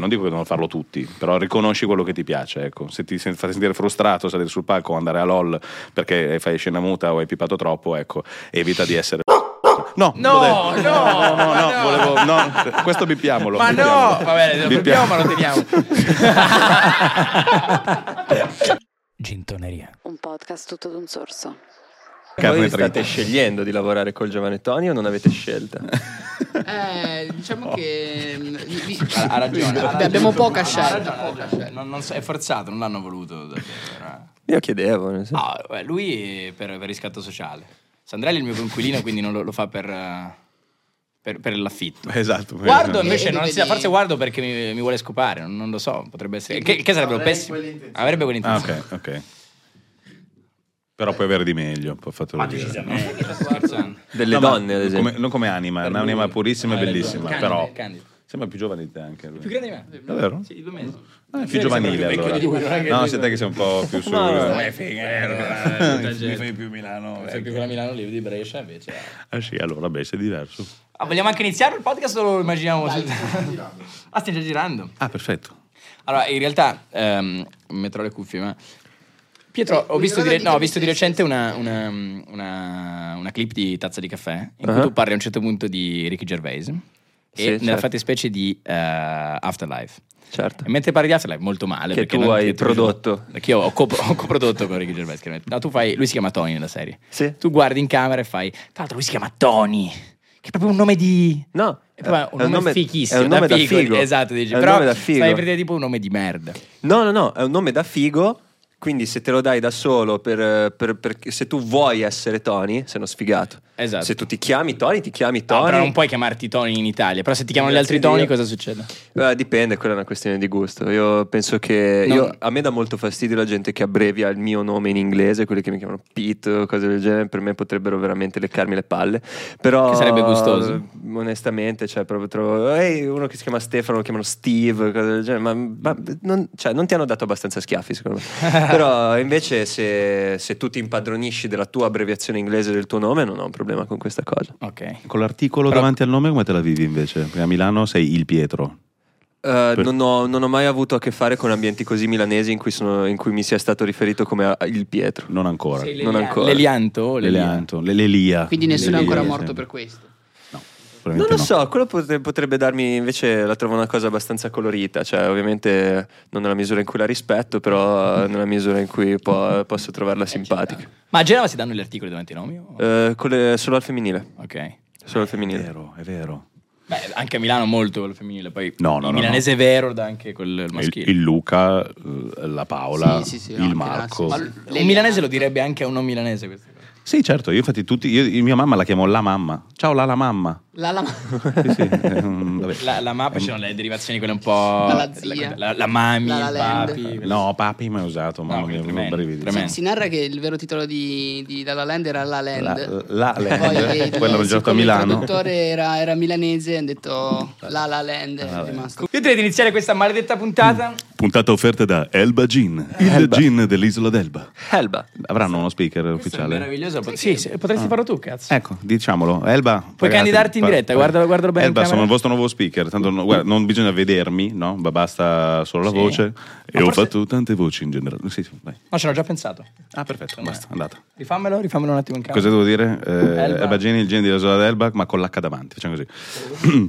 non dico che devono farlo tutti, però riconosci quello che ti piace, ecco. Se ti fai sentire frustrato salire sul palco o andare a LOL perché fai scena muta o hai pipato troppo, ecco, evita di essere no, volevo questo bippiamolo. Ma no, va bene, lo bippiamo ma lo teniamo. Gintoneria. Un podcast tutto d'un sorso. Voi state scegliendo di lavorare col Giovanettoni o non avete scelta? Diciamo che ha ragione. abbiamo poca scelta. È forzato, non l'hanno voluto. Io chiedevo. Non so. Lui per riscatto sociale. Sandrelli è il mio coinquilino, quindi non lo fa per l'affitto. Esatto. Guardo invece non si sa, forse guardo perché mi vuole scopare, non lo so, potrebbe essere. Che sarebbe pessimo. Avrebbe quell'intenzione. Ok. Però puoi avere di meglio, fatelo dire. Delle donne, ad esempio. Non come anima, è un'anima purissima e bellissima, però Candido. sembra più giovane di te anche. Più grande di me. Davvero? Sì, 2 mesi. Più giovanile allora. No, sei te che sei un po' più su. Mi fai più Milano. Sei più quella Milano lì di Brescia invece. Sì, allora beh, sei diverso. Vogliamo anche iniziare il podcast o lo immaginiamo? Stiamo già girando. Ah, perfetto. Allora, in realtà metterò le cuffie, ma Pietro, ho visto di recente una clip di Tazza di Caffè in cui tu parli a un certo punto di Ricky Gervais e nella fattispecie di Afterlife. Certo. E mentre parli di Afterlife molto male che tu hai prodotto. Che io ho coprodotto con Ricky Gervais. No, lui si chiama Tony nella serie. Sì. Tu guardi in camera e fai, tra l'altro lui si chiama Tony, che è proprio un nome di... No, è un nome fichissimo. È un nome da figo. Esatto, dici. È un Però nome da figo. stai per dire tipo un nome di merda. No, è un nome da figo. Quindi se te lo dai da solo se tu vuoi essere Tony, sei uno sfigato. Esatto. Se tu ti chiami Tony, No, però non puoi chiamarti Tony in Italia. Però se ti chiamano gli altri Tony, cosa succede? Dipende, quella è una questione di gusto. Io penso che a me dà molto fastidio la gente che abbrevia il mio nome in inglese, quelli che mi chiamano Pete o cose del genere. Per me potrebbero veramente leccarmi le palle. Però che sarebbe gustoso. Onestamente, cioè proprio trovo uno che si chiama Stefano lo chiamano Steve, cose del genere. Ma non ti hanno dato abbastanza schiaffi, secondo me. Però invece se tu ti impadronisci della tua abbreviazione inglese del tuo nome, non ho un problema con questa cosa. Ok. Con l'articolo davanti al nome come te la vivi invece? Perché a Milano sei il Pietro. Non ho mai avuto a che fare con ambienti così milanesi in cui mi sia stato riferito come il Pietro. Non ancora. Non ancora. L'Elia. Quindi nessuno è ancora morto per questo. Non lo so, quello potrebbe darmi invece, la trovo una cosa abbastanza colorita, cioè ovviamente non nella misura in cui la rispetto, però nella misura in cui posso trovarla simpatica. Ma a Genova si danno gli articoli davanti ai nomi? Solo al femminile. Ok. Solo al femminile. È vero. Beh, anche a Milano molto il femminile, poi no, il milanese è vero dà anche il maschile. Il Luca, la Paola, sì, il Marco. Ma un milanese lo direbbe anche a un non milanese questa cosa. Sì, certo, io infatti mia mamma la chiamo la mamma. Ciao la mamma. Sì, la mamma, ci sono le derivazioni quelle un po'. La zia. La mami, La il Land. papi. No, papi mai usato, mamma mia, tremendo. Si narra che il vero titolo di La La Land era La Land. La Poi, Land. Poi l'hanno girato a Milano. Il traduttore era milanese e hanno detto La La Land. È rimasto. Io direi di iniziare questa maledetta puntata. Puntata offerta da Elba Gin, il gin dell'isola d'Elba. Elba. Avranno uno speaker Questo è ufficiale? meraviglioso. Sì, potresti farlo tu, cazzo. Ecco, diciamolo. Elba. Puoi candidarti in diretta, guardalo bene. Elba, sono il vostro nuovo speaker. Tanto guarda, non bisogna vedermi, no? Basta solo la voce. E ho fatto tante voci in generale. Sì, vai. No, ce l'ho già pensato. Ah, perfetto, basta, andata. Rifammelo un attimo in camera. Cosa devo dire? Elba Gin, il gin dell'isola d'Elba, ma con l'H davanti. Facciamo così.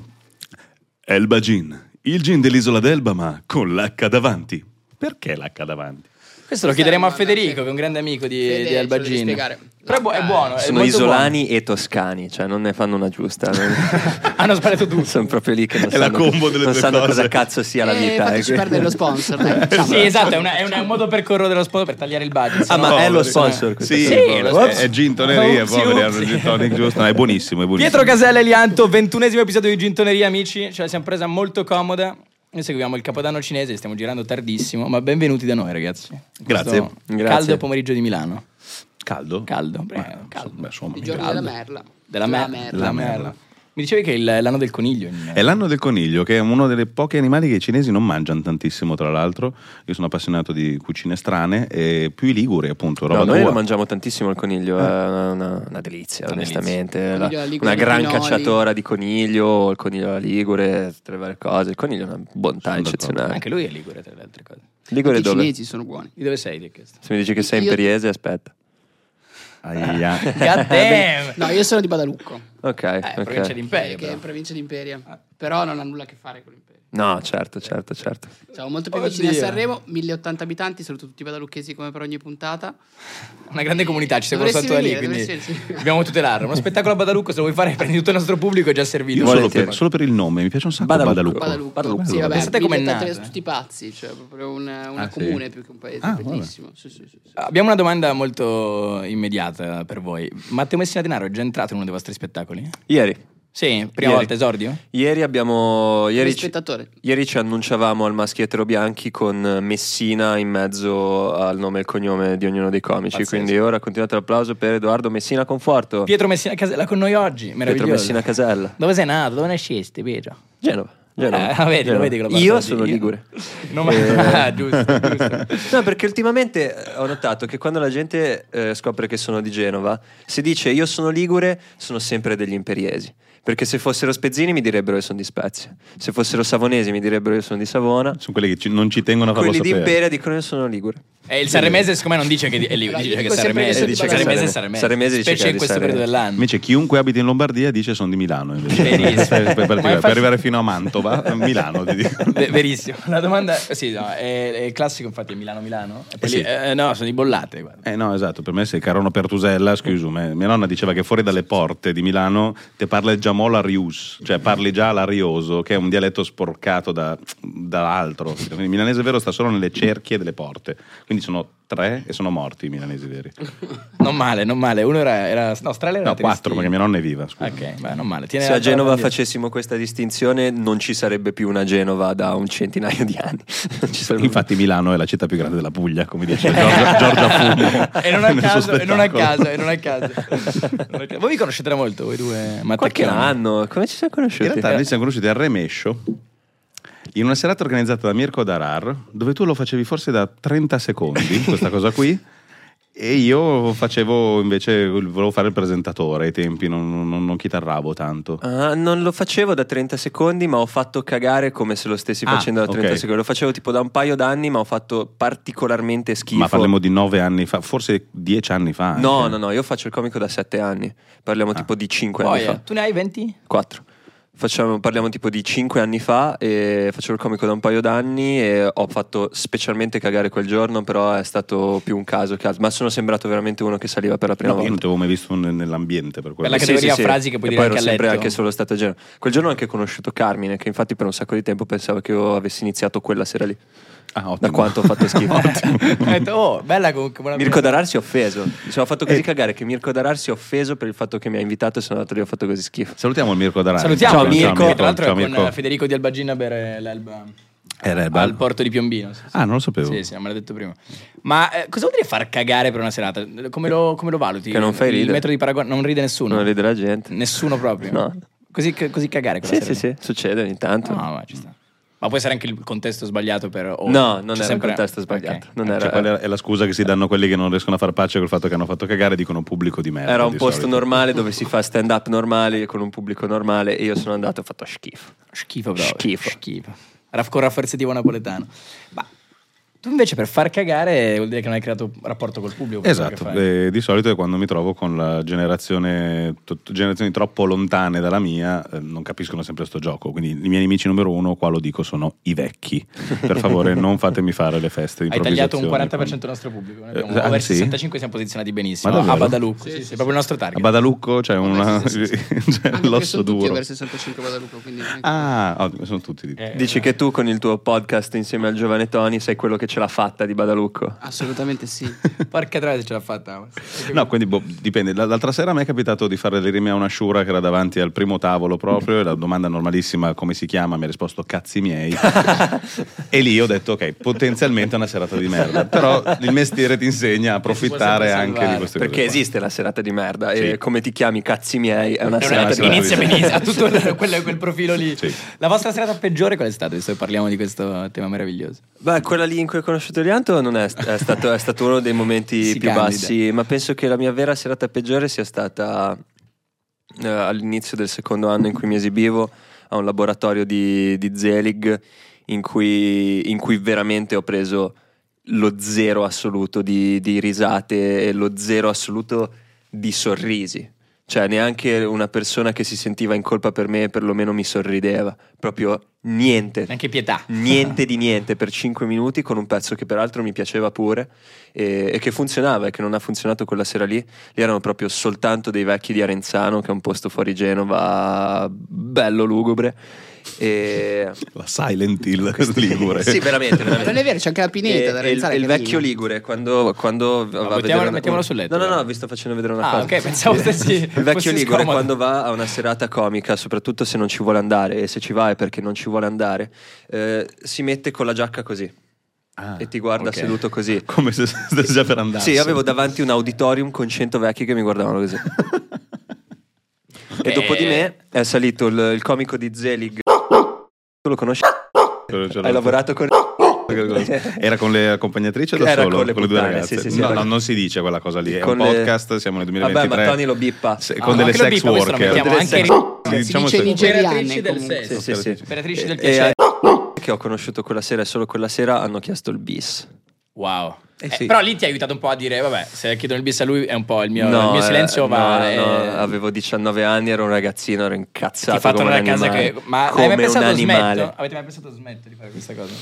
Elba Gin, il gin dell'isola d'Elba, ma con l'H davanti. Perché l'H davanti? Questo lo chiederemo a Federico, che è un grande amico di Elba Gin. Però è buono. Sono isolani e toscani, cioè non ne fanno una giusta. Hanno sbagliato tutto. Sono proprio lì che non È la combo delle non due sanno cose. cosa cazzo sia la vita. Fateci perdere lo sponsor. Dai. Sì, esatto, è un modo per corrodere lo sponsor, per tagliare il budget. Ah, ma è lo sponsor? Sì, lo è gintoneria, poveri hanno il gin tonic giusto. No, è buonissimo, è buonissimo. Pietro Casella Elianto, 21esimo episodio di Gintoneria, amici. Ce la siamo presa molto comoda. Noi seguiamo il Capodanno cinese, stiamo girando tardissimo, ma benvenuti da noi, ragazzi. Grazie. Caldo pomeriggio di Caldo? Caldo. Beh, insomma, I giorni della merla. Della merla. Mi dicevi che è l'anno del coniglio. È l'anno del coniglio, che è uno dei pochi animali che i cinesi non mangiano tantissimo, tra l'altro. Io sono appassionato di cucine strane, e più i liguri, appunto. Roba noi tua. lo mangiamo tantissimo il coniglio, è una delizia, onestamente. Una gran pinoli. cacciatora di coniglio, il coniglio alla ligure, tutte le varie cose. Il coniglio è una bontà eccezionale. Anche lui è ligure, tra le altre cose. Ligure I dove? cinesi sono buoni. Di dove sei? Se mi dici che sei imperiese, aspetta. Aia. God damn! No, io sono di Badalucco, Ok, Provincia di Imperio. che è in provincia di Imperia, però non ha nulla a che fare con l'Imperia. No, certo. Siamo molto più vicini a Sanremo, 1080 abitanti, saluto tutti i badalucchesi come per ogni puntata. Una grande comunità, ci siamo Dovresti stati lì, venire, quindi dovresti- dobbiamo tutelarlo. Uno spettacolo a Badalucco, se lo vuoi fare, prendi tutto il nostro pubblico, è già servito. Io solo per il nome, mi piace un sacco Badalucco. Badalucco. Sì, vabbè, Pensate com'è 1080 nato, tutti pazzi, cioè proprio una sì. comune più che un paese, Vabbè. bellissimo. Sì. Abbiamo una domanda molto immediata per voi. Matteo Messina Denaro è già entrato in uno dei vostri spettacoli? Ieri Sì, prima Ieri. volta esordio? Come spettatore. Ieri ci annunciavamo al Maschietero Bianchi con Messina in mezzo al nome e il cognome di ognuno dei comici. Pazzesco. Quindi ora continuate l'applauso per Edoardo Messina Conforto. Pietro Messina Casella con noi oggi, meraviglioso. Pietro Messina Casella. Dove sei nato? Dove nascesti, Pietro? Genova. Vedi, Genova. lo vedi che lo parlo Io oggi. sono ligure. Non giusto. No, perché ultimamente ho notato che quando la gente scopre che sono di Genova, se dice io sono ligure, sono sempre degli imperiesi. Perché se fossero spezzini mi direbbero che sono di Spezia, se fossero savonesi mi direbbero che sono di Savona. Sono quelli che non ci tengono a farlo Quelli di sapere. Imperia dicono che sono ligure. E il sanremese, siccome non dice che è ligure, dice che è sanremese. Dice che è Sanremese è Sanremese. sanremese. Sanremese dice Specie che è in di questo Sanremo. periodo dell'anno. Invece chiunque abita in Lombardia dice sono di Milano, invece. Verissimo. per Ma infatti- arrivare fino a Mantova, Milano ti dico. Verissimo. La domanda, sì, no, è classico, infatti, è Milano-Milano. E poi Sì. no, sono di bollate. Guarda. No, esatto, per me sei Carono Pertusella, scusami. Mia nonna diceva che fuori dalle porte di Milano te parla il giamola rius, cioè parli già l'arioso, che è un dialetto sporcato dall'altro. Quindi il milanese vero sta solo nelle cerchie delle porte. Quindi sono 3 e sono morti i milanesi veri. Non male. Uno era no, Strale era No, 4, perché mia nonna è viva, scusa. Ok, beh, non male. Tiene Se a alta la Genova bandiera. facessimo questa distinzione non ci sarebbe più una Genova da un centinaio di anni. Non ci sarebbe Infatti Milano è la città più grande della Puglia, come dice Giorgia Fumo. E non a nel suo caso, spettacolo. Voi vi conoscete da molto, voi due? qualche Mattacchioni? anno. Come ci siamo conosciuti? In realtà noi ci siamo conosciuti a Remescio, in una serata organizzata da Mirko Darar, dove tu lo facevi forse da 30 secondi, questa cosa qui, e io facevo invece, volevo fare il presentatore ai tempi, non chitarravo tanto. Non lo facevo da 30 secondi, ma ho fatto cagare come se lo stessi facendo da 30 ok. secondi. Lo facevo tipo da un paio d'anni, ma ho fatto particolarmente schifo. Ma parliamo di 9 anni fa, forse 10 anni fa. No, anche. io faccio il comico da 7 anni. Parliamo tipo di 5 anni Poi, fa. tu ne hai 20? 4. Parliamo tipo di 5 anni fa e facevo il comico da un paio d'anni e ho fatto specialmente cagare quel giorno, però è stato più un caso che altro. Ma sono sembrato veramente uno che saliva per la prima No, io volta. non ti avevo mai visto nell'ambiente per quello. Per la categoria frasi che puoi e dire poi anche ero a sempre letto. anche solo stato a Genova. Quel giorno ho anche conosciuto Carmine, che infatti per un sacco di tempo pensavo che io avessi iniziato quella sera lì. Ottimo. Da quanto ho fatto schifo. Ho detto, oh, bella comunque. buona Mirko prima. Darar si è offeso. Mi sono fatto così cagare che Mirko Darar si è offeso per il fatto che mi ha invitato e sono andato lì e ho fatto così schifo. Salutiamo il Mirko Darar. Salutiamo Ciao, Mirko. che tra l'altro Ciao, è con Mirko. Federico Di Albagina a bere l'Elba L'Elba? al porto di Piombino. Sì, sì. Non lo sapevo. Sì, me l'ha detto prima. Ma cosa vuol dire far cagare per una serata? Come lo valuti? Che non fai Il ridere. metodo di paragone non ride nessuno. Non ride la gente. Nessuno proprio. No. Così cagare quella Sì, sera. succede ogni tanto. No, ma ci sta. Ma può essere anche il contesto sbagliato per... No, non c'è era sempre- un contesto sbagliato. Ok. Non Cioè, era, quella è la scusa che si danno quelli che non riescono a far pace col fatto che hanno fatto cagare, dicono pubblico di merda. era un di posto solito. normale dove si fa stand up normale con un pubblico normale e io sono andato e ho fatto schifo. Schifo proprio. Schifo. Con rafforzativo napoletano. Ma tu invece per far cagare vuol dire che non hai creato rapporto col pubblico. per quello Esatto, che fai. di solito è quando mi trovo con la generazioni troppo lontane dalla mia, non capiscono sempre sto gioco, quindi i miei nemici numero 1, qua lo dico, sono i vecchi. Per favore non fatemi fare le feste di Hai tagliato un 40% improvvisazione. del nostro pubblico. Noi abbiamo over sì? 65 siamo posizionati benissimo. Ma davvero? A Badalucco, sì, proprio il nostro target. A Badalucco c'è una... Sì. c'è Anche l'osso sono tutti duro. over 65 Badalucco, quindi Ottimo, sono tutti di... Dici che tu con il tuo podcast insieme al giovane Tony sei quello che ce l'ha fatta di Badalucco? Assolutamente sì. Porca troia se ce l'ha fatta. No, quindi dipende. L'altra sera a me è capitato di fare le rime a una sciura che era davanti al primo tavolo proprio, e la domanda normalissima, come si chiama, mi ha risposto cazzi miei. E lì ho detto ok, potenzialmente è una serata di merda, però il mestiere ti insegna a approfittare anche di queste cose. Perché esiste la serata di merda, Sì. e come ti chiami cazzi miei è una serata di merda. Inizia benissimo, ha tutto quel profilo lì. Sì. La vostra serata peggiore qual è stata? Visto che parliamo di questo tema meraviglioso. Beh, quella lì in cui ho conosciuto Elianto non è stato uno dei momenti Si più candida. bassi, ma penso che la mia vera serata peggiore sia stata all'inizio del secondo anno in cui mi esibivo a un laboratorio di Zelig in cui veramente ho preso lo zero assoluto di risate e lo zero assoluto di sorrisi. Cioè neanche una persona che si sentiva in colpa per me perlomeno mi sorrideva. Proprio niente. Anche pietà. Niente di niente per 5 minuti con un pezzo che peraltro mi piaceva pure e che funzionava, e che non ha funzionato quella sera lì. Lì erano proprio soltanto dei vecchi di Arenzano, che è un posto fuori Genova bello lugubre. E... La Silent Hill ligure. Sì, veramente. Non è vero, c'è anche la pineta da Arenzano. il vecchio ligure quando va a vedere mettiamolo sul letto. No, vi sto facendo vedere una cosa. Ok, pensavo stessi. Il vecchio ligure quando va a una serata comica, soprattutto se non ci vuole andare, e se ci va è perché non ci vuole andare, si mette con la giacca così e ti guarda seduto così, Come se stesse già per andare. sì, io avevo davanti un auditorium con 100 vecchi che mi guardavano così. E dopo di me è salito il comico di Zelig. Tu lo conosci? Hai lavorato con... Era con le accompagnatrici o da Era solo? con le le due puttane, ragazze? sì, no, era- non si dice quella cosa lì. È Con un le- podcast, siamo nel 2023. Vabbè, ma Tony lo bippa. Con delle sex worker. Mettiamo anche Diciamo si dice sex- nigeriane operatrici del comunque. sesso. Sì. Operatrici del E piacere. che ho conosciuto quella sera e solo quella sera hanno chiesto il bis. Wow. Sì. Però lì ti ha aiutato un po' a dire, vabbè, se chiedono il bis a lui è un po' il mio silenzio va. no, avevo 19 anni, ero un ragazzino, ero incazzato. Ti fatto come una un casa animale. che. Ma Come hai mai un pensato animale. smetto? Avete mai pensato smetto di fare questa cosa?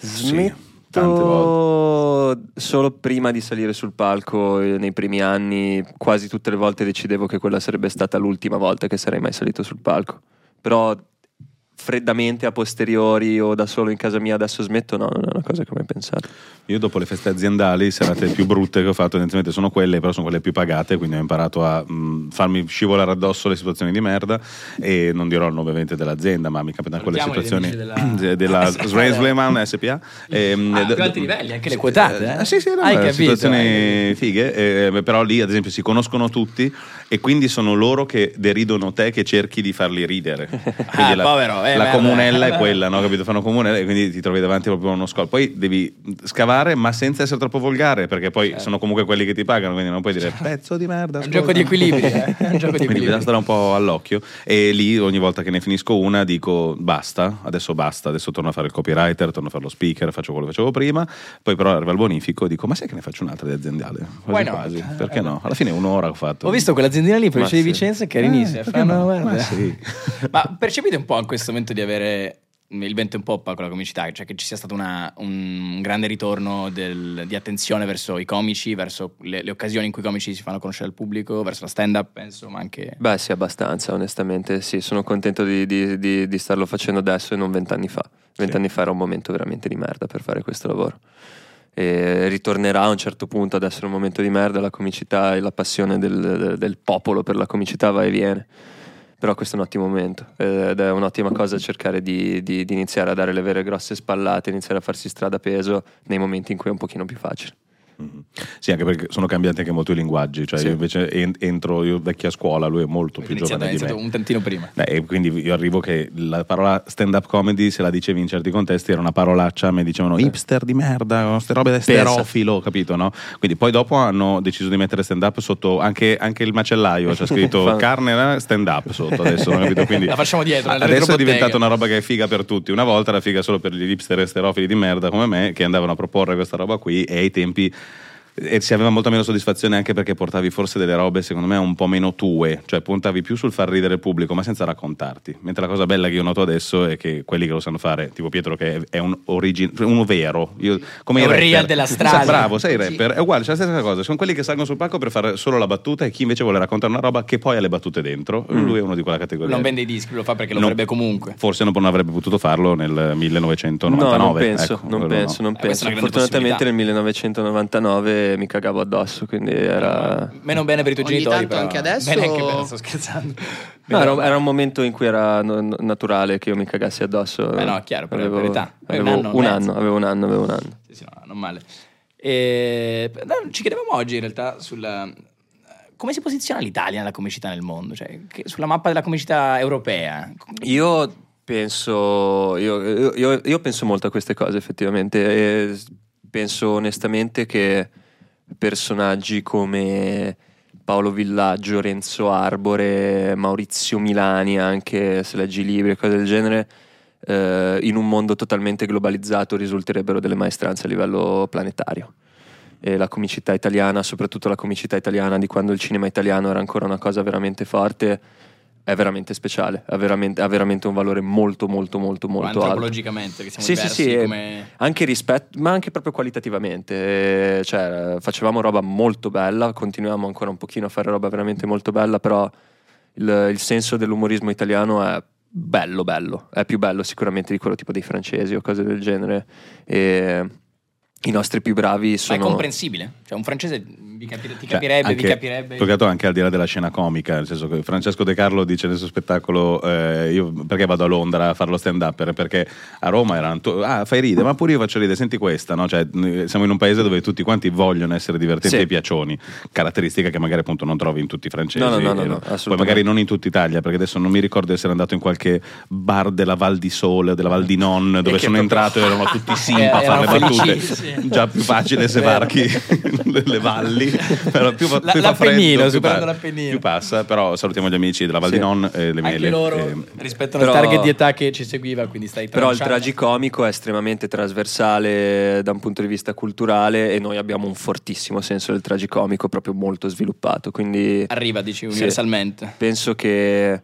tante Smetto solo prima di salire sul palco, nei primi anni, quasi tutte le volte decidevo che quella sarebbe stata l'ultima volta che sarei mai salito sul palco. Però freddamente a posteriori o da solo in casa mia adesso smetto, no, non è una cosa che ho mai pensato. Io dopo le feste aziendali, serate più brutte che ho fatto evidentemente sono quelle, però sono quelle più pagate, quindi ho imparato a farmi scivolare addosso le situazioni di merda, e non dirò il nome ovviamente dell'azienda, ma mi capitano quelle Salutiamo situazioni gli amici della Svensleman SPA. Più alti livelli, anche le quotate. Sì, no, Hai capito? situazioni fighe, però lì ad esempio si conoscono tutti e quindi sono loro che deridono te, che cerchi di farli ridere. Quindi povero, la merda. comunella è quella, no? Capito? Fanno comunella e quindi ti trovi davanti proprio a uno scolo. Poi devi scavare, ma senza essere troppo volgare, perché poi sono comunque quelli che ti pagano, quindi non puoi dire pezzo di merda. È un gioco di equilibri, È un gioco di Quindi equilibri. bisogna stare un po' all'occhio, e lì ogni volta che ne finisco una dico basta, adesso torno a fare il copywriter, torno a fare lo speaker, faccio quello che facevo prima. Poi però arriva il bonifico, dico ma sai che ne faccio un'altra di aziendale? Why Quasi, not? quasi. Perché no? Alla fine un'ora ho fatto. Ho visto quell'aziendina lì, provincia di sì. Vicenza, carinissima. perché Fanno, no? guarda. Ma sì. Ma percepite un po' in questo momento di avere il vento in poppa con la comicità, cioè che ci sia stato un grande ritorno di attenzione verso i comici, verso le occasioni in cui i comici si fanno conoscere al pubblico, verso la stand-up, penso, ma anche... Beh sì, abbastanza, onestamente sì, sono contento di starlo facendo adesso e non 20 anni fa. 20 anni fa era un momento veramente di merda per fare questo lavoro, e ritornerà a un certo punto ad essere un momento di merda. La comicità e la passione del popolo per la comicità va e viene, però questo è un ottimo momento ed è un'ottima cosa cercare di iniziare a dare le vere grosse spallate, iniziare a farsi strada a peso nei momenti in cui è un pochino più facile. Sì, anche perché sono cambiati anche molto i linguaggi, cioè Sì. io invece io vecchia scuola, lui è molto più giovane di me. un tantino prima. E quindi io arrivo che la parola stand-up comedy, se la dicevi in certi contesti, era una parolaccia, mi dicevano hipster di merda, queste robe da sterofilo, capito, no? Quindi poi dopo hanno deciso di mettere stand-up sotto, anche il macellaio c'è scritto carne stand-up sotto adesso, no? Capito? Quindi La facciamo dietro, nella adesso è retrobottega. diventata una roba che è figa per tutti. Una volta era figa solo per gli hipster e sterofili di merda come me, che andavano a proporre questa roba qui, e ai tempi E si aveva molta meno soddisfazione anche perché portavi forse delle robe secondo me un po' meno tue, cioè puntavi più sul far ridere il pubblico ma senza raccontarti, mentre la cosa bella che io noto adesso è che quelli che lo sanno fare, tipo Pietro che è uno vero, come è i un rapper, real della strada, bravo, sei rapper, è uguale, c'è la stessa cosa, sono quelli che salgono sul palco per fare solo la battuta e chi invece vuole raccontare una roba che poi ha le battute dentro, lui è uno di quella categoria. Non vende i dischi, lo fa perché lo farebbe comunque, forse non avrebbe potuto farlo nel 1999. No, non penso, ecco, non penso. Fortunatamente nel 1999 mi cagavo addosso, quindi era... Meno bene per i tuoi Ogni genitori, tanto però anche adesso... bene anche per... sto scherzando. No, era un momento in cui era naturale che io mi cagassi addosso. Beh no, chiaro, per avevo, verità. Avevo un anno. Sì, no, non male. Ci chiedevamo oggi in realtà sulla... come si posiziona l'Italia nella comicità nel mondo, cioè sulla mappa della comicità europea. Io penso molto a queste cose effettivamente, e penso onestamente che personaggi come Paolo Villaggio, Renzo Arbore, Maurizio Milani, anche se leggi libri e cose del genere, in un mondo totalmente globalizzato risulterebbero delle maestranze a livello planetario. E la comicità italiana, soprattutto la comicità italiana di quando il cinema italiano era ancora una cosa veramente forte, è veramente speciale, ha veramente un valore molto alto. Antropologicamente, che siamo diversi come... anche rispetto, ma anche proprio qualitativamente, cioè facevamo roba molto bella, continuiamo ancora un pochino a fare roba veramente molto bella, però il senso dell'umorismo italiano è bello, è più bello sicuramente di quello tipo dei francesi o cose del genere, e i nostri più bravi sono... Ma è comprensibile? Cioè un francese ti capirebbe, anche, vi capirebbe... Toccato anche al di là della scena comica, nel senso che Francesco De Carlo dice nel suo spettacolo io perché vado a Londra a fare lo stand-up, perché a Roma erano fai ridere, ma pure io faccio ridere, senti questa, no? Cioè, siamo in un paese dove tutti quanti vogliono essere divertenti e piaccioni, caratteristica che magari appunto non trovi in tutti i francesi, no, poi magari non in tutta Italia, perché adesso non mi ricordo di essere andato in qualche bar della Val di Sole, della Val di Non, dove sono entrato e erano tutti simpa a fare le battute, già più facile se varchi le valli, però più l'Appennino, superando l'Appennino più passa, però salutiamo gli amici della Val di Non, le Mele, anche loro rispettano il target di età che ci seguiva, quindi stai però il tragicomico è estremamente trasversale da un punto di vista culturale e noi abbiamo un fortissimo senso del tragicomico proprio molto sviluppato, quindi arriva, dici, universalmente. Penso che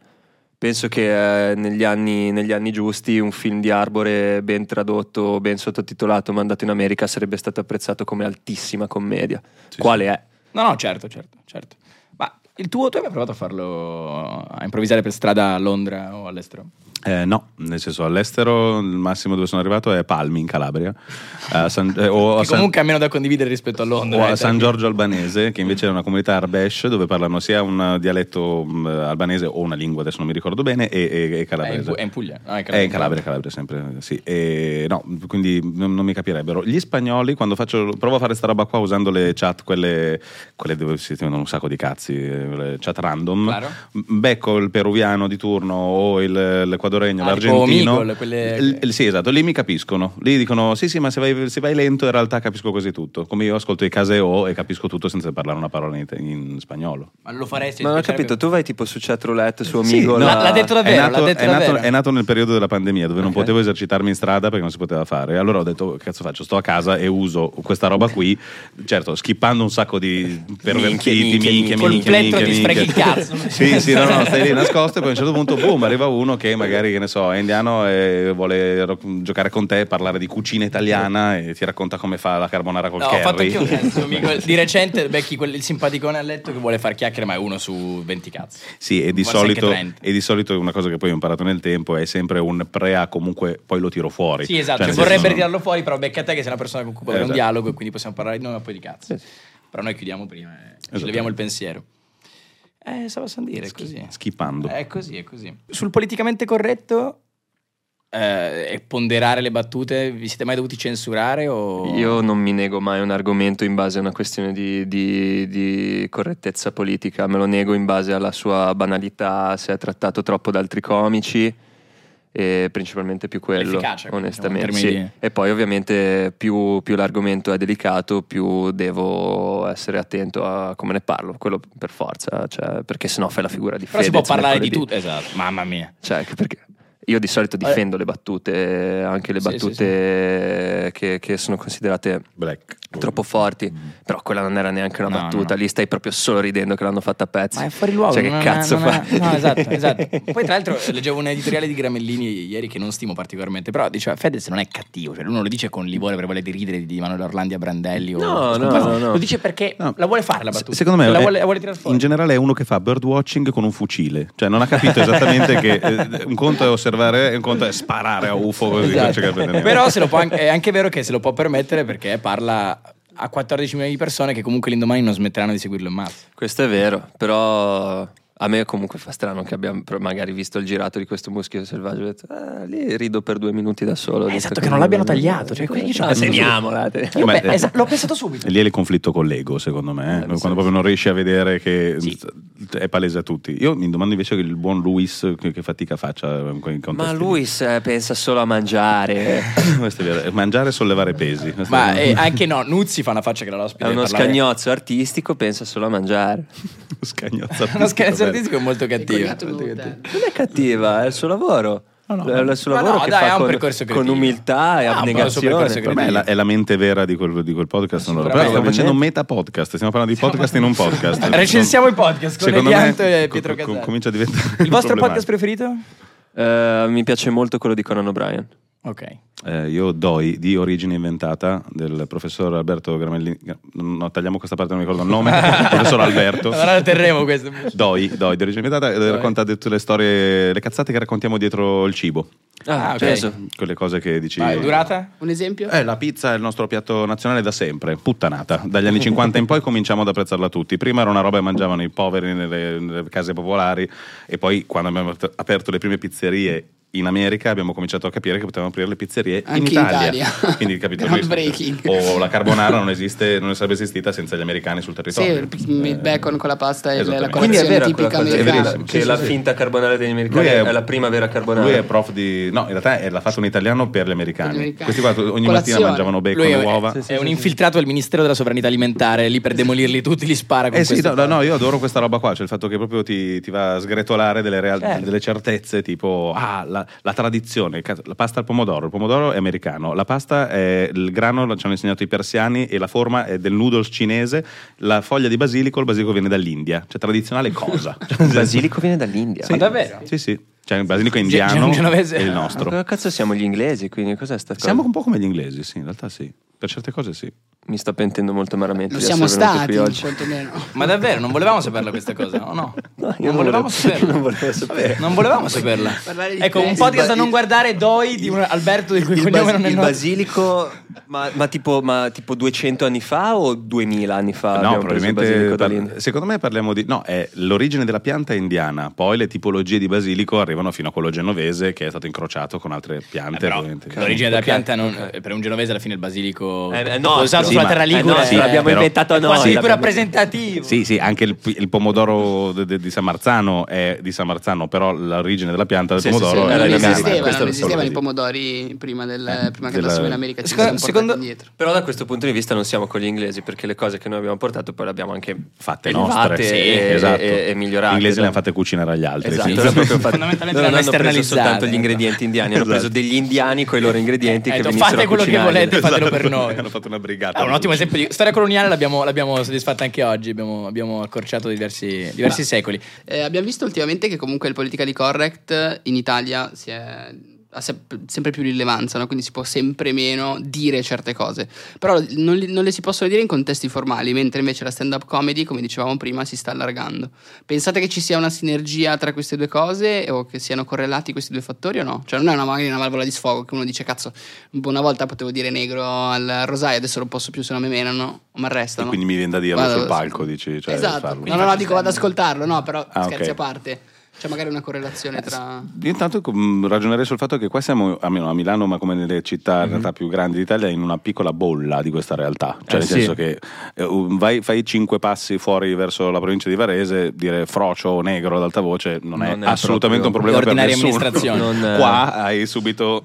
negli anni giusti un film di Arbore ben tradotto, ben sottotitolato, mandato in America sarebbe stato apprezzato come altissima commedia. Quale è? No, certo. Ma tu hai mai provato a farlo, a improvvisare per strada a Londra o all'estero? No, nel senso all'estero il massimo dove sono arrivato è Palmi in Calabria, comunque è meno da condividere rispetto a Londra, o a San Giorgio Albanese, che invece è una comunità Arbesh dove parlano sia un dialetto albanese o una lingua, adesso non mi ricordo bene, e calabrese. È in Puglia? No, è in Calabria sempre, sì. No, quindi non mi capirebbero. Gli spagnoli, quando provo a fare sta roba qua usando le chat, quelle dove si tengono un sacco di cazzi, le chat random, claro. Becco il peruviano di turno o l'equadoregno, l'argentino, sì, esatto, lì mi capiscono, lì dicono sì ma se vai lento in realtà capisco quasi tutto, come io ascolto i Caseo e capisco tutto senza parlare una parola in spagnolo. Ma lo faresti? Non ho capito, tu vai tipo su Chatroulette, su Amigo? Sì, l'ha detto davvero, è nato nel periodo della pandemia dove non potevo esercitarmi in strada perché non si poteva fare, allora ho detto che cazzo faccio, sto a casa e uso questa roba qui, certo skippando un sacco di pervertiti, minchia, ti sprechi il cazzo. sì, no, stai lì nascosto e poi a un certo punto boom, arriva uno che magari, che ne so, è indiano e vuole giocare con te, parlare di cucina italiana e ti racconta come fa la carbonara col curry. Ho fatto anche un cazzo, di recente becchi il simpaticone a letto che vuole far chiacchiere, ma è uno su 20 cazzi. Sì, e di solito una cosa che poi ho imparato nel tempo è sempre un pre-a, comunque poi lo tiro fuori. Sì, esatto, cioè, vorrebbe tirarlo fuori, però becca te che sei una persona con cui può avere un dialogo e quindi possiamo parlare di noi ma poi di cazzo. Però noi chiudiamo prima e ci leviamo il pensiero. Stavo a dire, è così. Skippando. È così. Sul politicamente corretto e ponderare le battute, vi siete mai dovuti censurare? O... Io non mi nego mai un argomento in base a una questione di correttezza politica, me lo nego in base alla sua banalità, se è trattato troppo da altri comici, e principalmente più quello, onestamente, sì. E poi ovviamente più l'argomento è delicato, più devo essere attento a come ne parlo, quello per forza, cioè, perché sennò fai la figura di Fedez. Però si può parlare di tutto, esatto, mamma mia, cioè, perché io di solito difendo le battute, anche le battute che sono considerate black, troppo forti. Però quella non era neanche una battuta, lì stai proprio solo ridendo che l'hanno fatta a pezzi. Ma è fuori luogo. Cioè, che cazzo fa? No, esatto. Poi tra l'altro leggevo un editoriale di Gramellini ieri che non stimo particolarmente, però diceva Fedez non è cattivo, cioè lui non lo dice con livore per voler ridere di Manuel Orlandi a Brandelli No. Lo dice perché la vuole fare la battuta. Secondo me la vuole tirare fuori. in generale è uno che fa birdwatching con un fucile, cioè non ha capito esattamente che un conto è osservare e un conto è sparare a UFO così. Esatto. Però è anche vero che se lo può permettere perché parla a 14 milioni di persone che comunque l'indomani non smetteranno di seguirlo in massa. Questo è vero, però a me comunque fa strano che abbiamo magari visto il girato di questo muschio selvaggio e ho detto, lì rido per 2 minuti da solo. Esatto, che non l'abbiano tagliato, cioè segniamola. L'ho pensato subito. Lì è il conflitto con l'ego, secondo me, quando proprio non riesci a vedere che è palese a tutti. Io mi domando invece che il buon Luis che fatica faccia in contesti. Ma Luis pensa solo a mangiare. Questo è vero, mangiare e sollevare pesi. Ma anche no, Nuzzi fa una faccia che la ospite. È uno scagnozzo artistico, pensa solo a mangiare. Uno scagnozzo artistico è molto cattivo. Non è cattiva, è il suo lavoro. È il suo lavoro che fa con umiltà e abnegazione. Per me è la mente vera di quel podcast. Però stiamo facendo un meta podcast, stiamo parlando di podcast in un podcast. Recensiamo i podcast con Elianto e Pietro Casale. Comincia a diventare il vostro podcast preferito? Mi piace molto quello di Conan O'Brien. Ok. Io Doi di Origine Inventata del professor Alberto Gramellini. No, tagliamo questa parte, non mi ricordo il nome. Professor Alberto. Allora la terremo questo. Doi di Origine Inventata racconta tutte le storie, le cazzate che raccontiamo dietro il cibo. Ok. Quelle cose che dici. Vai, durata? Un esempio? La pizza è il nostro piatto nazionale da sempre, puttanata. Dagli anni 50 in poi cominciamo ad apprezzarla tutti. Prima era una roba che mangiavano i poveri nelle case popolari e poi quando abbiamo aperto le prime pizzerie in America abbiamo cominciato a capire che potevamo aprire le pizzerie anche in Italia. Quindi capito, groundbreaking. o la carbonara non sarebbe esistita senza gli americani sul territorio. Sì, il bacon con la pasta e la quindi è colazione vera tipica americana. Che la finta carbonara degli americani è la prima vera carbonara. Lui è prof di no, in realtà l'ha fatto un italiano per gli americani. Questi qua ogni mattina mangiavano bacon e uova. È un infiltrato del Ministero della Sovranità Alimentare, lì per demolirli tutti li spara con no, io adoro questa roba qua, cioè il fatto che proprio ti va a sgretolare delle certezze, tipo la tradizione. La pasta al pomodoro, il pomodoro è americano, la pasta è il grano, ci hanno insegnato i persiani e la forma è del noodles cinese, la foglia di basilico, il basilico viene dall'India, cioè tradizionale cosa? Il basilico viene dall'India? Ma davvero? Sì. Cioè il basilico indiano è il nostro. Ma cazzo siamo gli inglesi, quindi cos'è sta cosa? Siamo un po' come gli inglesi, sì, in realtà sì. Per certe cose sì. Mi sto pentendo molto amaramente. Lo siamo stati, quantomeno. Ma davvero, non volevamo saperla questa cosa, o no? Non volevamo saperla. Non volevamo saperla. Ecco, un podcast da non guardare, Doi di un Alberto di cui il cognome non è noto. Il basilico, ma tipo 200 anni fa o 2000 anni fa? No, probabilmente secondo me parliamo di è l'origine della pianta è indiana, poi le tipologie di basilico arrivano fino a quello genovese che è stato incrociato con altre piante. Però l'origine della pianta per un genovese alla fine il basilico no, usato sulla terra ligure l'abbiamo inventato noi, quasi più rappresentativo. Sì, anche il pomodoro di San Marzano è di San Marzano, però l'origine della pianta del pomodoro non è esistevano i pomodori prima che andassimo in America. Secondo indietro. Però da questo punto di vista non siamo con gli inglesi, perché le cose che noi abbiamo portato poi le abbiamo anche fatte nostre e migliorate. Gli inglesi le hanno fatte cucinare agli altri. Esatto, fondamentalmente non hanno preso soltanto gli ingredienti indiani, hanno preso degli indiani con i loro ingredienti che venissero fate quello che volete, fatelo per noi. Hanno fatto una brigata. Un ottimo esempio di storia coloniale l'abbiamo soddisfatta anche oggi. Abbiamo accorciato diversi secoli. Abbiamo visto ultimamente che comunque il politically correct in Italia ha sempre più rilevanza, no? Quindi si può sempre meno dire certe cose, però non le si possono dire in contesti formali, mentre invece la stand-up comedy, come dicevamo prima, si sta allargando. Pensate che ci sia una sinergia tra queste due cose o che siano correlati questi due fattori o no? Cioè non è magari una valvola di sfogo che uno dice cazzo, una volta potevo dire negro al rosaio, adesso non posso più se no mi menano o mi arrestano, quindi mi viene da dirlo sul palco, dici, cioè, esatto, no, dico vado ad ascoltarlo, no, però scherzi a parte. C'è magari una correlazione tra... Io intanto ragionerei sul fatto che qua siamo, almeno a Milano, ma come nelle città in realtà più grandi d'Italia, in una piccola bolla di questa realtà. Cioè nel senso che fai 5 passi fuori verso la provincia di Varese, dire frocio o negro ad alta voce non è assolutamente un problema per nessuno. Amministrazione. Qua hai subito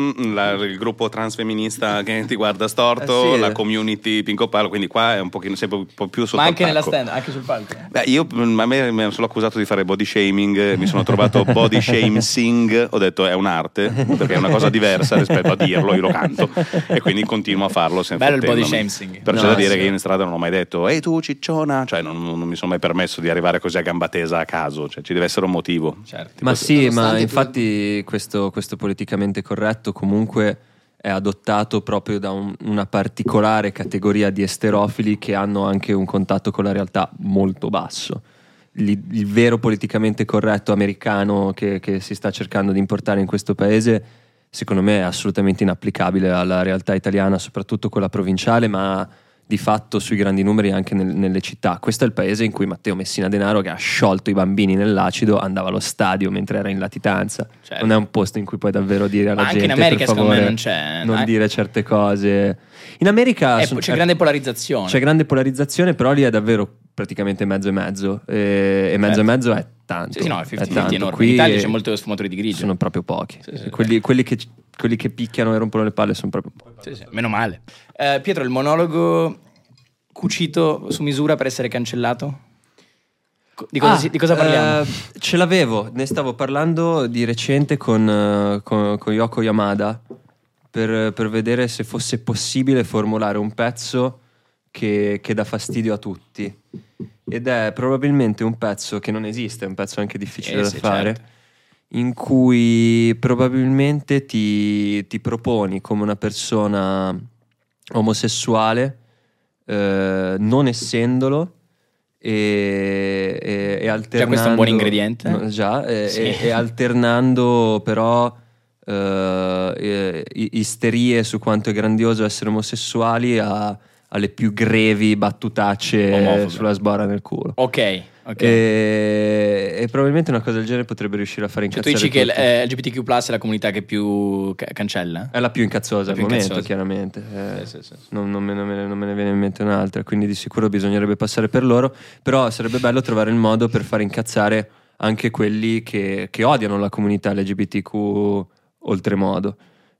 il gruppo transfemminista che ti guarda storto, la community Pinco Palo, quindi qua è un pochino, sempre un po' più sotto ma anche attacco. nella stand, anche sul palco. Beh, a me mi sono accusato di fare body shaming shaming, mi sono trovato body shaming, ho detto è un'arte, perché è una cosa diversa rispetto a dirlo, io lo canto e quindi continuo a farlo senza Bello il body fottendomi. shaming. Però c'è No, da dire sì. che io in strada non ho mai detto ehi tu cicciona, cioè non mi sono mai permesso di arrivare così a gamba tesa a caso, cioè ci deve essere un motivo. Certo. Ma sì, ma nonostante infatti questo politicamente corretto comunque è adottato proprio da una particolare categoria di esterofili che hanno anche un contatto con la realtà molto basso. Il vero politicamente corretto americano che si sta cercando di importare in questo paese, secondo me è assolutamente inapplicabile alla realtà italiana, soprattutto quella provinciale, ma di fatto sui grandi numeri anche nelle città. Questo è il paese in cui Matteo Messina Denaro, che ha sciolto i bambini nell'acido, andava allo stadio mentre era in latitanza. Certo. Non è un posto in cui puoi davvero dire alla Ma anche gente in America per secondo favore me non c'è. non dire certe cose. In America C'è grande polarizzazione. c'è grande polarizzazione, però lì è davvero praticamente mezzo e mezzo, e mezzo Certo. e mezzo è tanto. Sì, sì, no, è 50-50 tanto. enorme. Qui In Italia c'è molto sfumatori di grigio. sono proprio pochi. Sì, sì, quelli che picchiano e rompono le palle sono proprio pochi. Sì, sì, meno male. Pietro, il monologo cucito su misura per essere cancellato? Di cosa parliamo? Ce l'avevo, ne stavo parlando di recente con Yoko Yamada per vedere se fosse possibile formulare un pezzo che dà fastidio a tutti. Ed è probabilmente un pezzo che non esiste, è un pezzo anche difficile da sì, fare, certo. in cui probabilmente ti proponi come una persona omosessuale, non essendolo, e alternando, Già questo è un buon ingrediente. No, già, Sì. e alternando però isterie su quanto è grandioso essere omosessuali alle più grevi battutacce Omofobe. sulla sbarra nel culo. Ok. E probabilmente una cosa del genere potrebbe riuscire a fare Cioè tu incazzare dici che tutti. LGBTQ+ è la comunità che più cancella? È la più incazzosa La al più momento, incazzosa. chiaramente. Sì, sì. Non me ne viene in mente un'altra, quindi di sicuro bisognerebbe passare per loro. Però sarebbe bello trovare il modo per fare incazzare anche quelli che odiano la comunità LGBTQ oltremodo,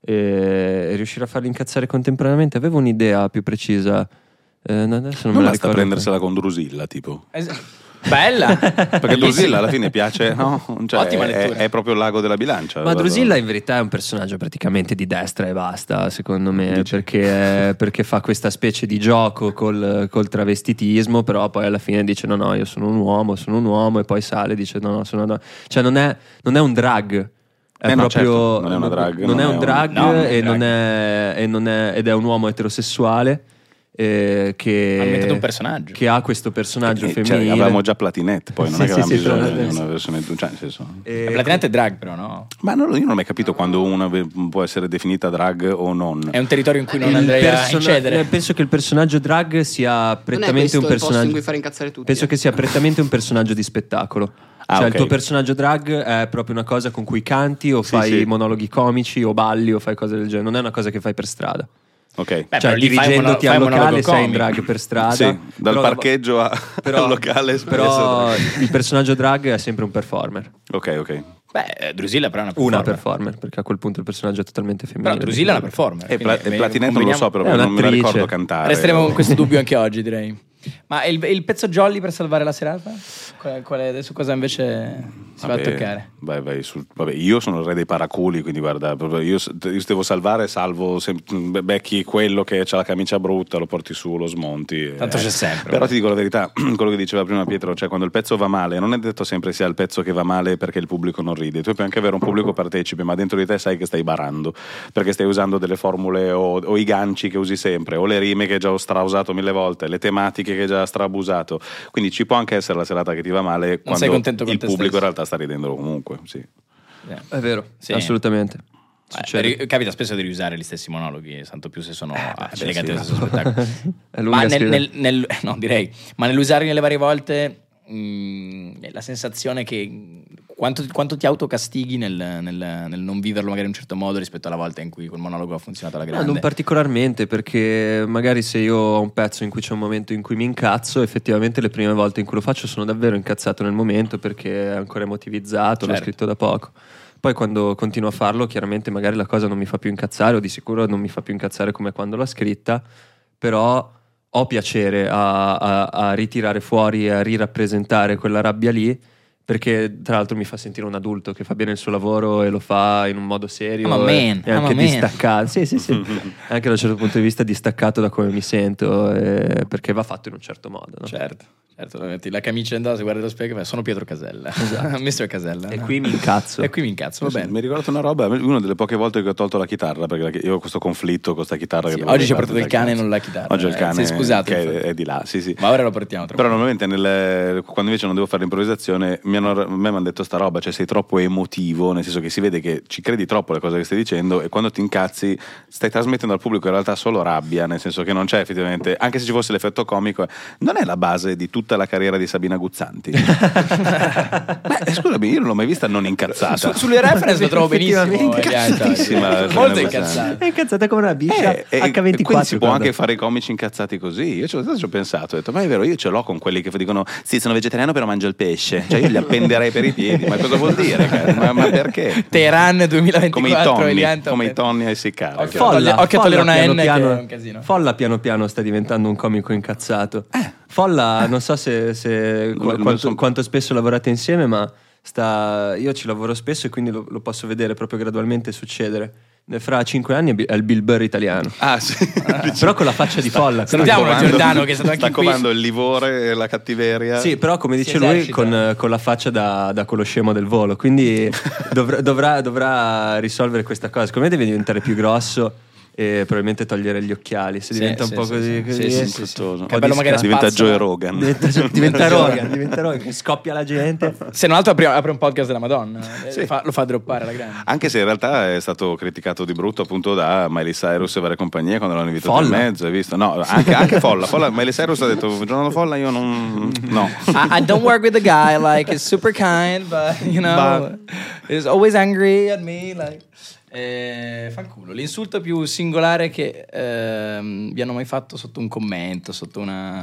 e riuscire a farli incazzare contemporaneamente. Avevo un'idea più precisa, adesso non me Non la basta ricordo. prendersela con Drusilla, tipo. Bella! Perché Drusilla alla fine piace, no? Cioè, Ottima lettura. è proprio il lago della bilancia. Ma Drusilla in verità è un personaggio praticamente di destra e basta, secondo me, perché fa questa specie di gioco col travestitismo, però poi alla fine dice no, io sono un uomo, e poi sale e dice no, sono una donna. Cioè non è un drag. È no, proprio, certo, non è una drag, non è un drag, no, non è e drag. non è ed è un uomo eterosessuale, Hanno che inventato un personaggio. che ha questo personaggio Cioè, femminile. avevamo già Platinette, poi non Sì, è che sì, avevamo sì, bisogno sì. di una versione, cioè, nel senso. La Platinette è drag però, no? Ma io non ho mai capito quando una può essere definita drag o non. È un territorio in cui non Il andrei a persona- incedere. penso che il personaggio drag sia Non è prettamente questo un il posto in personaggio. cui fare incazzare tutti. Penso che sia prettamente un personaggio di spettacolo. Cioè, ok. il tuo personaggio drag è proprio una cosa con cui canti, o Sì, fai sì. monologhi comici, o balli, o fai cose del genere. Non è una cosa che fai per strada. Ok. Beh, Cioè, però lì fai un dirigendoti fai al un monologo locale sei in comico. drag per strada. Sì, dal Però- parcheggio al locale. Però il personaggio drag è sempre un performer. Ok. Beh, Drusilla però è Una performer, perché a quel punto il personaggio è totalmente femminile. Però Drusilla è una performer. E Platinette non lo so, però È non me la un'attrice. ricordo cantare. Resteremo con questo dubbio anche oggi, direi. Ma il pezzo jolly per salvare la serata? Su cosa invece si va a toccare? Vai vabbè, io sono il re dei paraculi, quindi guarda, proprio io devo salvare, becchi quello che ha la camicia brutta, lo porti su, lo smonti. Tanto c'è sempre. Però ti dico la verità, quello che diceva prima Pietro, cioè quando il pezzo va male, non è detto sempre sia il pezzo che va male perché il pubblico non ride. Tu puoi anche avere un pubblico partecipe, ma dentro di te sai che stai barando, perché stai usando delle formule o i ganci che usi sempre, o le rime che già ho strausato 1000 volte, le tematiche che già strabusato. Quindi ci può anche essere la serata che ti va male Non quando sei contento con il te pubblico stesso. in realtà sta ridendo comunque, sì. È vero, Sì. assolutamente. Succede. Capita spesso di riusare gli stessi monologhi, tanto più se sono legati sì. allo stesso spettacolo. È lunga Ma scrivere. no, direi, ma nell'usarli nelle varie volte, la sensazione che quanto ti autocastighi nel non viverlo magari in un certo modo rispetto alla volta in cui quel monologo ha funzionato alla No, grande. non particolarmente, perché magari se io ho un pezzo in cui c'è un momento in cui mi incazzo, effettivamente le prime volte in cui lo faccio sono davvero incazzato nel momento, perché è ancora emotivizzato, l'ho Certo. scritto da poco. Poi quando continuo a farlo, chiaramente magari la cosa non mi fa più incazzare, o di sicuro non mi fa più incazzare come quando l'ho scritta, però ho piacere a ritirare fuori e a rirappresentare quella rabbia lì, perché tra l'altro mi fa sentire un adulto che fa bene il suo lavoro e lo fa in un modo serio I'm a man, e I'm a anche man. distaccato, sì, anche da un certo punto di vista distaccato da come mi sento, perché va fatto in un certo modo, no? Certo, metti la camicia indosso, guardi allo specchio e fai, sono Pietro Casella. Esatto. Mr. Casella. E qui mi incazzo. E qui mi incazzo, va bene. Mi ricordo una roba, una delle poche volte che ho tolto la chitarra, perché io ho questo conflitto con questa chitarra. Sì, che oggi ci ha parte portato il dal cane e cazzo. non la chitarra. Oggi ho il cane sei scusato, che infatti. è di là, sì. Ma ora lo portiamo tra Però poco. normalmente quando invece non devo fare l'improvvisazione, a me mi hanno detto sta roba, cioè sei troppo emotivo, nel senso che si vede che ci credi troppo alle cose che stai dicendo e quando ti incazzi stai trasmettendo al pubblico in realtà solo rabbia, nel senso che non c'è effettivamente, anche se ci fosse l'effetto comico, non è la base di tutta la carriera di Sabina Guzzanti. Beh, scusami, io non l'ho mai vista non incazzata. Sulle reference lo trovo benissimo. Incazzatissima, Molto Sabina incazzata. È incazzata come una biscia H24. Quindi si può guarda. anche fare i comici incazzati così. Io ci ho pensato, ho detto, ma è vero, io ce l'ho con quelli che dicono sì, sono vegetariano però mangio il pesce. Cioè io li appenderei per i piedi, ma cosa vuol dire? Ma perché? Teheran 2024 Come i tonni a essiccare. Occhio a togliere una N che è un casino. Folla piano piano sta diventando un comico incazzato. Folla, non so quanto spesso lavorate insieme, ma io ci lavoro spesso e quindi lo posso vedere proprio gradualmente succedere. Fra 5 anni è il Bill Burr italiano. Ah, sì. Però con la faccia di Folla. Salutiamolo Giordano che è stato anche sta qui. comando il livore e la cattiveria. Sì, però come dice Si lui esercita. con la faccia da quello scemo del volo. Quindi dovrà risolvere questa cosa. Secondo me deve diventare più grosso e probabilmente togliere gli occhiali. Se diventa un po' così. Fruttoso. Che bello magari diventa spazzola. Joe Rogan. Diventa Rogan, che scoppia la gente. Se non altro apre un podcast della Madonna. Lo fa droppare alla grande. Anche se in realtà è stato criticato di brutto appunto da Miley Cyrus e varie compagnie quando l'hanno invitato in mezzo, hai visto? No, anche Folla. Miley Cyrus ha detto giorno Folla io non no. I don't work with a guy like he's super kind but you know he's always angry at me like fanculo. L'insulto più singolare che vi hanno mai fatto sotto un commento, sotto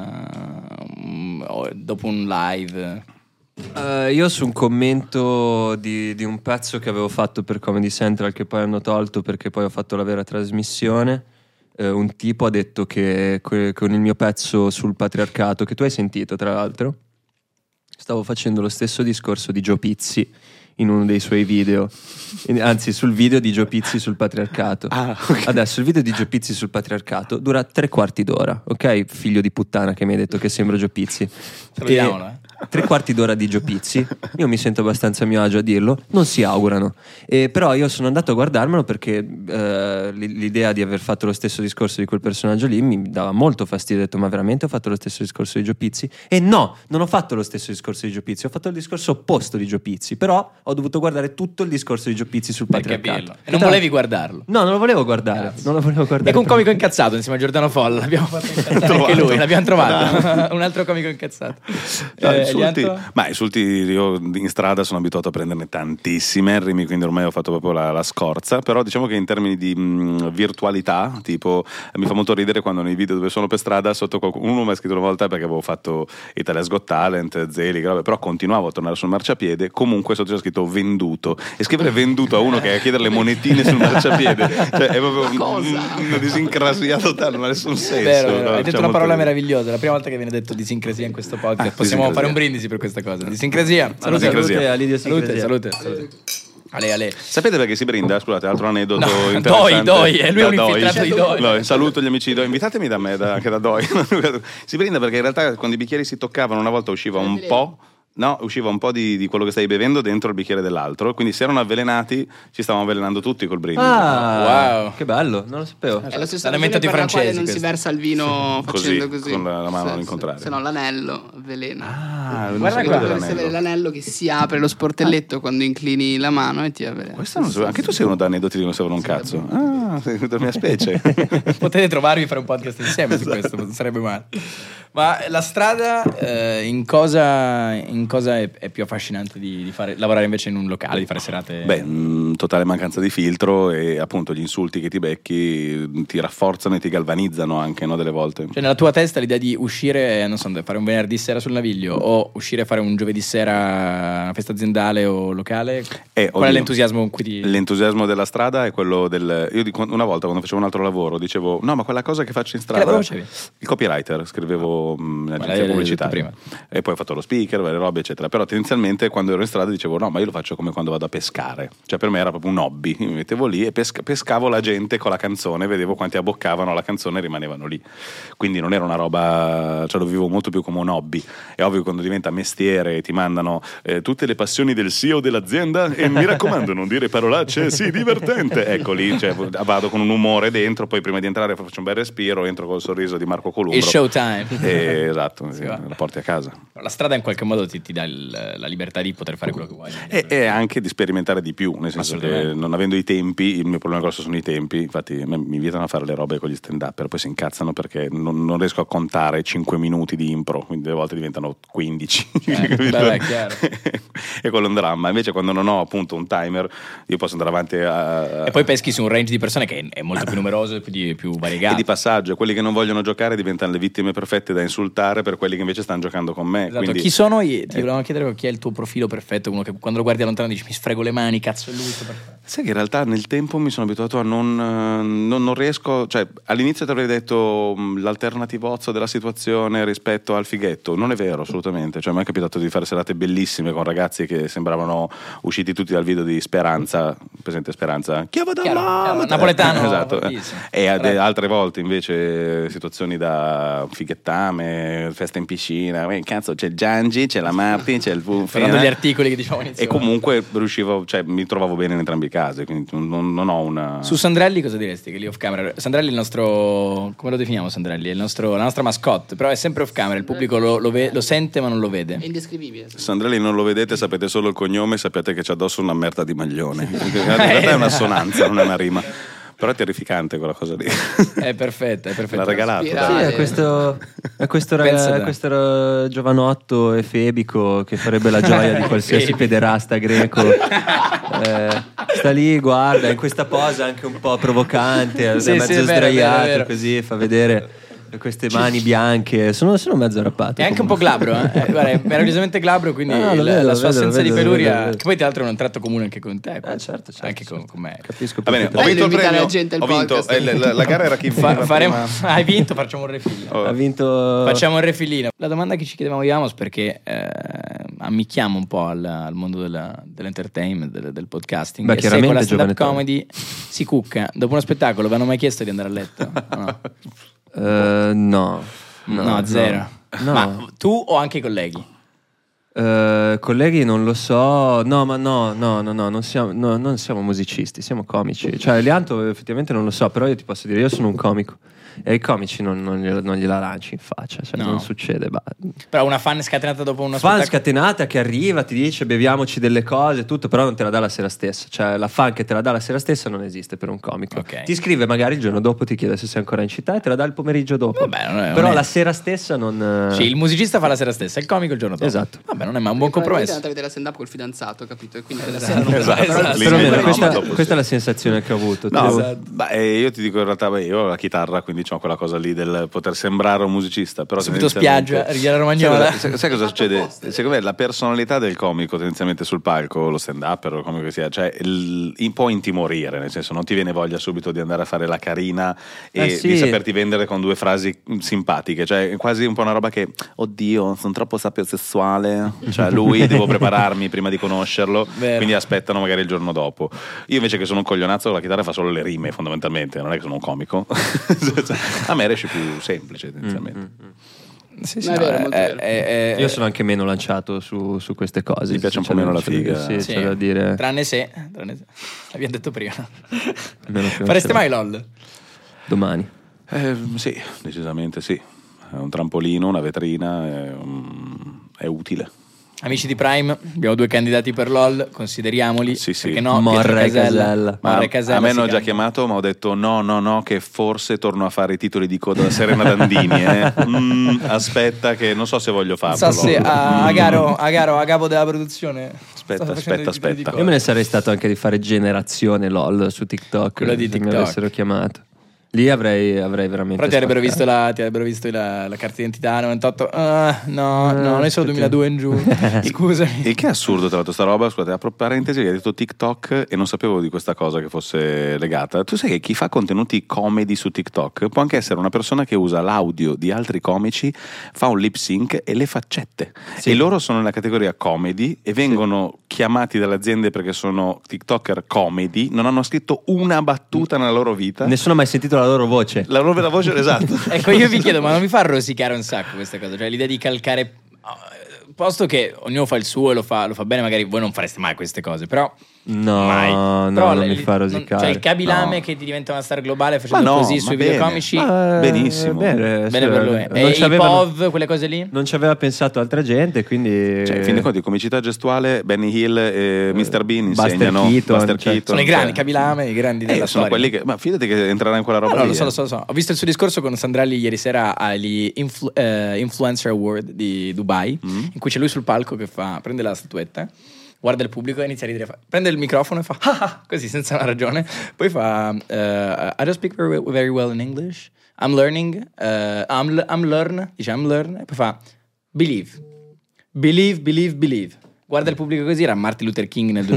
dopo un live? Io su un commento di un pezzo che avevo fatto per Comedy Central che poi hanno tolto perché poi ho fatto la vera trasmissione, un tipo ha detto che con il mio pezzo sul patriarcato, che tu hai sentito tra l'altro, stavo facendo lo stesso discorso di Gio Pizzi in uno dei suoi video, anzi sul video di Gio Pizzi sul patriarcato. Okay. Adesso il video di Gio Pizzi sul patriarcato dura 3/4 d'ora, ok? Figlio di puttana che mi hai detto che sembra Gio Pizzi. Salutiamolo, 3/4 d'ora di Gio Pizzi, io mi sento abbastanza a mio agio a dirlo, non si augurano. Però io sono andato a guardarmelo perché l'idea di aver fatto lo stesso discorso di quel personaggio lì mi dava molto fastidio. Ho detto, ma veramente ho fatto lo stesso discorso di Gio Pizzi? E no, non ho fatto lo stesso discorso di Gio Pizzi, ho fatto il discorso opposto di Gio Pizzi, però ho dovuto guardare tutto il discorso di Gio Pizzi sul patriarcato. E non volevi guardarlo? No, non lo volevo guardare. Non lo volevo guardare. E con un comico incazzato insieme a Giordano Folla l'abbiamo fatto incazzare anche lui, l'abbiamo trovato. Un altro comico incazzato. Insulti io in strada sono abituato a prenderne tantissimi, quindi ormai ho fatto proprio la scorza. Però diciamo che in termini di virtualità, tipo mi fa molto ridere quando nei video dove sono per strada sotto uno mi ha scritto una volta perché avevo fatto Italia's Got Talent, Zelig, però continuavo a tornare sul marciapiede, comunque sotto c'è scritto venduto, e scrivere venduto a uno che è a chiedere le monetine sul marciapiede, cioè è proprio una disincrasia totale, non ha nessun senso. Vero, hai detto una parola meravigliosa, la prima volta che viene detto disincrasia in questo podcast. Possiamo fare un brindisi per questa cosa. Disincrasia. Salute a Lidio Sincrasia. Salute. Ale. Sapete perché si brinda? Scusate, altro aneddoto interessante. Doi, è lui un infiltrato di Doi. No, saluto gli amici di Doi, invitatemi da me, anche da Doi. Si brinda perché in realtà quando i bicchieri si toccavano una volta usciva un po'. No, usciva un po' di quello che stai bevendo dentro il bicchiere dell'altro, quindi se erano avvelenati ci stavamo avvelenando tutti col brindisi. Wow, che bello, non lo sapevo. È lo stesso L'ha inventato ragione i per la quale francesi, non questo. si versa il vino facendo così con la mano all'incontrario. se no l'anello avvelena. Guarda qua, dovresti avere l'anello che si apre lo sportelletto quando inclini la mano e ti avvelena. Questo non so, anche tu sei uno da aneddoti di non sapere un cazzo. Sei della mia specie. Potete trovarvi e fare un podcast insieme su questo, non sarebbe male. Ma la strada in cosa è più affascinante di fare, lavorare invece in un locale, di fare serate? Beh, totale mancanza di filtro e appunto gli insulti che ti becchi ti rafforzano e ti galvanizzano anche, no, delle volte. Cioè nella tua testa l'idea di uscire, non so, fare un venerdì sera sul Naviglio o uscire a fare un giovedì sera una festa aziendale o locale, qual è l'entusiasmo con cui ti... L'entusiasmo della strada è quello del... Io una volta quando facevo un altro lavoro dicevo no, ma quella cosa che faccio in strada... Che lavoro facevi? Il copywriter, scrivevo lavorato in agenzia pubblicitaria e poi ho fatto lo speaker, varie robe eccetera, però tendenzialmente quando ero in strada dicevo no, ma io lo faccio come quando vado a pescare, cioè per me era proprio un hobby, mi mettevo lì e pescavo la gente con la canzone, vedevo quanti abboccavano la canzone e rimanevano lì, quindi non era una roba, cioè lo vivo molto più come un hobby. È ovvio che quando diventa mestiere ti mandano tutte le passioni del CEO dell'azienda e mi raccomando non dire parolacce, sì, divertente, ecco lì, cioè, vado con un umore dentro, poi prima di entrare faccio un bel respiro, entro col sorriso di Marco Columbro, il showtime, esatto, la porti a casa. La strada in qualche modo ti dà la libertà di poter fare quello che vuoi e anche di sperimentare di più, nel senso che non avendo i tempi, il mio problema grosso sono i tempi, infatti mi vietano a fare le robe con gli stand up, poi si incazzano perché non riesco a contare 5 minuti di impro, quindi delle volte diventano 15 beh, chiaro. e quello è un dramma. Invece quando non ho appunto un timer io posso andare avanti e poi peschi su un range di persone che è molto più numeroso e più variegato, e di passaggio, quelli che non vogliono giocare diventano le vittime perfette da insultare per quelli che invece stanno giocando con me. Esatto. Quindi, chi sono? Ti volevamo chiedere chi è il tuo profilo perfetto, uno che quando lo guardi da lontano dici mi sfrego le mani, cazzo è lui. Sai che in realtà nel tempo mi sono abituato a non riesco, cioè all'inizio ti avrei detto l'alternativozzo della situazione rispetto al fighetto, non è vero assolutamente, cioè mi è capitato di fare serate bellissime con ragazzi che sembravano usciti tutti dal video di Speranza, presente Speranza? Chiava da mamma! Napoletano, esatto. E altre volte invece situazioni da fighettame, festa in piscina, cazzo c'è il Giangi, c'è la Marti, c'è il Puffi, parlando degli articoli che diciamo e comunque riuscivo, cioè mi trovavo bene in entrambi i casi, quindi non ho una... Su Sandrelli cosa diresti? Che lì off camera, Sandrelli è il nostro, come lo definiamo Sandrelli? È la nostra mascotte, però è sempre off camera, il pubblico lo sente ma non lo vede. È indescrivibile. Sandrelli non lo vedete, sapete solo il cognome, sapete che c'è addosso una merda di maglione. In realtà è una sonanza, non è una rima. Però è terrificante quella cosa lì. È perfetta, l'ha regalato. Sì, a questo giovanotto efebico che farebbe la gioia di qualsiasi pederasta greco. Sta lì, guarda, in questa posa anche un po' provocante, mezzo sdraiato, così fa vedere queste mani bianche, sono mezzo rappato. È anche un po' glabro, guarda, è meravigliosamente glabro, quindi la sua assenza di peluria, che poi tra l'altro è un tratto comune anche con te, certo, anche con me. Capisco. Va bene, ho vinto il premio, la gente ho vinto, la gara era chi hai vinto, facciamo un refillino. Ha vinto. Facciamo un refillino. La domanda che ci chiedevamo di Amos, perché ammicchiamo un po' al mondo dell'entertainment, del podcasting. Beh, se con la chiaramente stand-up comedy si cucca, dopo uno spettacolo vi hanno mai chiesto di andare a letto? No. No, zero. No. Ma tu o anche i colleghi? Colleghi non lo so, non siamo musicisti, siamo comici. Cioè Lianto effettivamente non lo so, però io ti posso dire, io sono un comico e i comici non gliela lanci in faccia, cioè non succede. Però una fan scatenata dopo uno fan spettacolo, scatenata che arriva, ti dice beviamoci delle cose, tutto, però non te la dà la sera stessa. Cioè la fan che te la dà la sera stessa non esiste per un comico. Okay. Ti scrive magari il giorno dopo, ti chiede se sei ancora in città e te la dà il pomeriggio dopo. Vabbè, però la sera stessa non... Sì, il musicista fa la sera stessa, il comico il giorno dopo. Esatto. Vabbè, non è mai un buon compromesso. Andate a vedere la stand-up col fidanzato, capito? E quindi la Esatto. sera non Esatto. Però almeno questa Dopo, è la sensazione che ho avuto. No, io ti dico in realtà, io ho la chitarra, quindi ho quella cosa lì del poter sembrare un musicista, però subito spiaggia, Riviera Romagnola. Sai cosa succede? Secondo me la personalità del comico tendenzialmente sul palco, lo stand-up o come che sia, cioè può intimorire, nel senso non ti viene voglia subito di andare a fare la carina e di saperti vendere con 2 frasi simpatiche, cioè è quasi un po' una roba che oddio, sono troppo sapiosessuale, cioè lui devo prepararmi prima di conoscerlo. Vero. Quindi aspettano magari il giorno dopo. Io invece che sono un coglionazzo, la chitarra fa solo le rime fondamentalmente, non è che sono un comico. A me riesce più semplice tendenzialmente. Sì, No, è vero, molto vero. Io sono anche meno lanciato su queste cose. Ti piace un po' meno la figa? Sì, c'è da dire. Tranne se l'abbiamo detto prima. Meno che Fareste mai LOL? Domani. Sì, decisamente sì. È un trampolino, una vetrina, è utile. Amici di Prime, abbiamo 2 candidati per LOL, consideriamoli. Sì. Perché no, Morre Casella. Morre Casella. A me hanno già chiamato, ma ho detto no, che forse torno a fare i titoli di coda da Serena Dandini. Aspetta che non so se voglio farlo. Non so se a Garo, a capo della produzione. Aspetta. Io me ne sarei stato anche di fare generazione LOL su TikTok. Quello di se mi TikTok. avessero chiamato. Lì avrei veramente. Però ti avrebbero visto la carta d'identità 98. No, noi sono 2002 in giù. Scusami. E che assurdo, tra l'altro, sta roba. Scusate, apro parentesi, hai detto TikTok e non sapevo di questa cosa che fosse legata. Tu sai che chi fa contenuti comedy su TikTok può anche essere una persona che usa l'audio di altri comici, fa un lip sync e le faccette. Sì. E loro sono nella categoria comedy e vengono chiamati dalle aziende perché sono TikToker comedy, non hanno scritto una battuta nella loro vita. Nessuno ha mai sentito la loro voce. La loro voce, esatto. Ecco, io vi chiedo, ma non vi fa rosicare un sacco questa cosa? Cioè l'idea di calcare, posto che ognuno fa il suo e lo fa bene, magari voi non fareste mai queste cose, però No, mai. no, Però non mi fa rosicare. Cioè il Kabilame No. che ti diventa una star globale facendo Ma no, così ma sui bene. videocomici. Benissimo. Bene per lui. E Non i ci aveva- POV, quelle cose lì? Non ci aveva pensato altra gente, quindi. Cioè, in fin dei conti, comicità gestuale, Benny Hill e Mr. Bean Buster insegnano Keaton, Buster cioè. Keaton, Sono i grandi cioè. Kabilame, i grandi della Sono storia. quelli che. Ma fidati che entrerà in quella roba No, lì. lo so. Ho visto il suo discorso con Sandralli ieri sera agli Influencer Award di Dubai, in cui c'è lui sul palco che prende la statuetta, guarda il pubblico e inizia a ridere, prende il microfono e fa così senza una ragione, poi fa I don't speak very well in English, I'm learning, I'm learn, e poi fa believe. Guarda il pubblico così, era Martin Luther King nel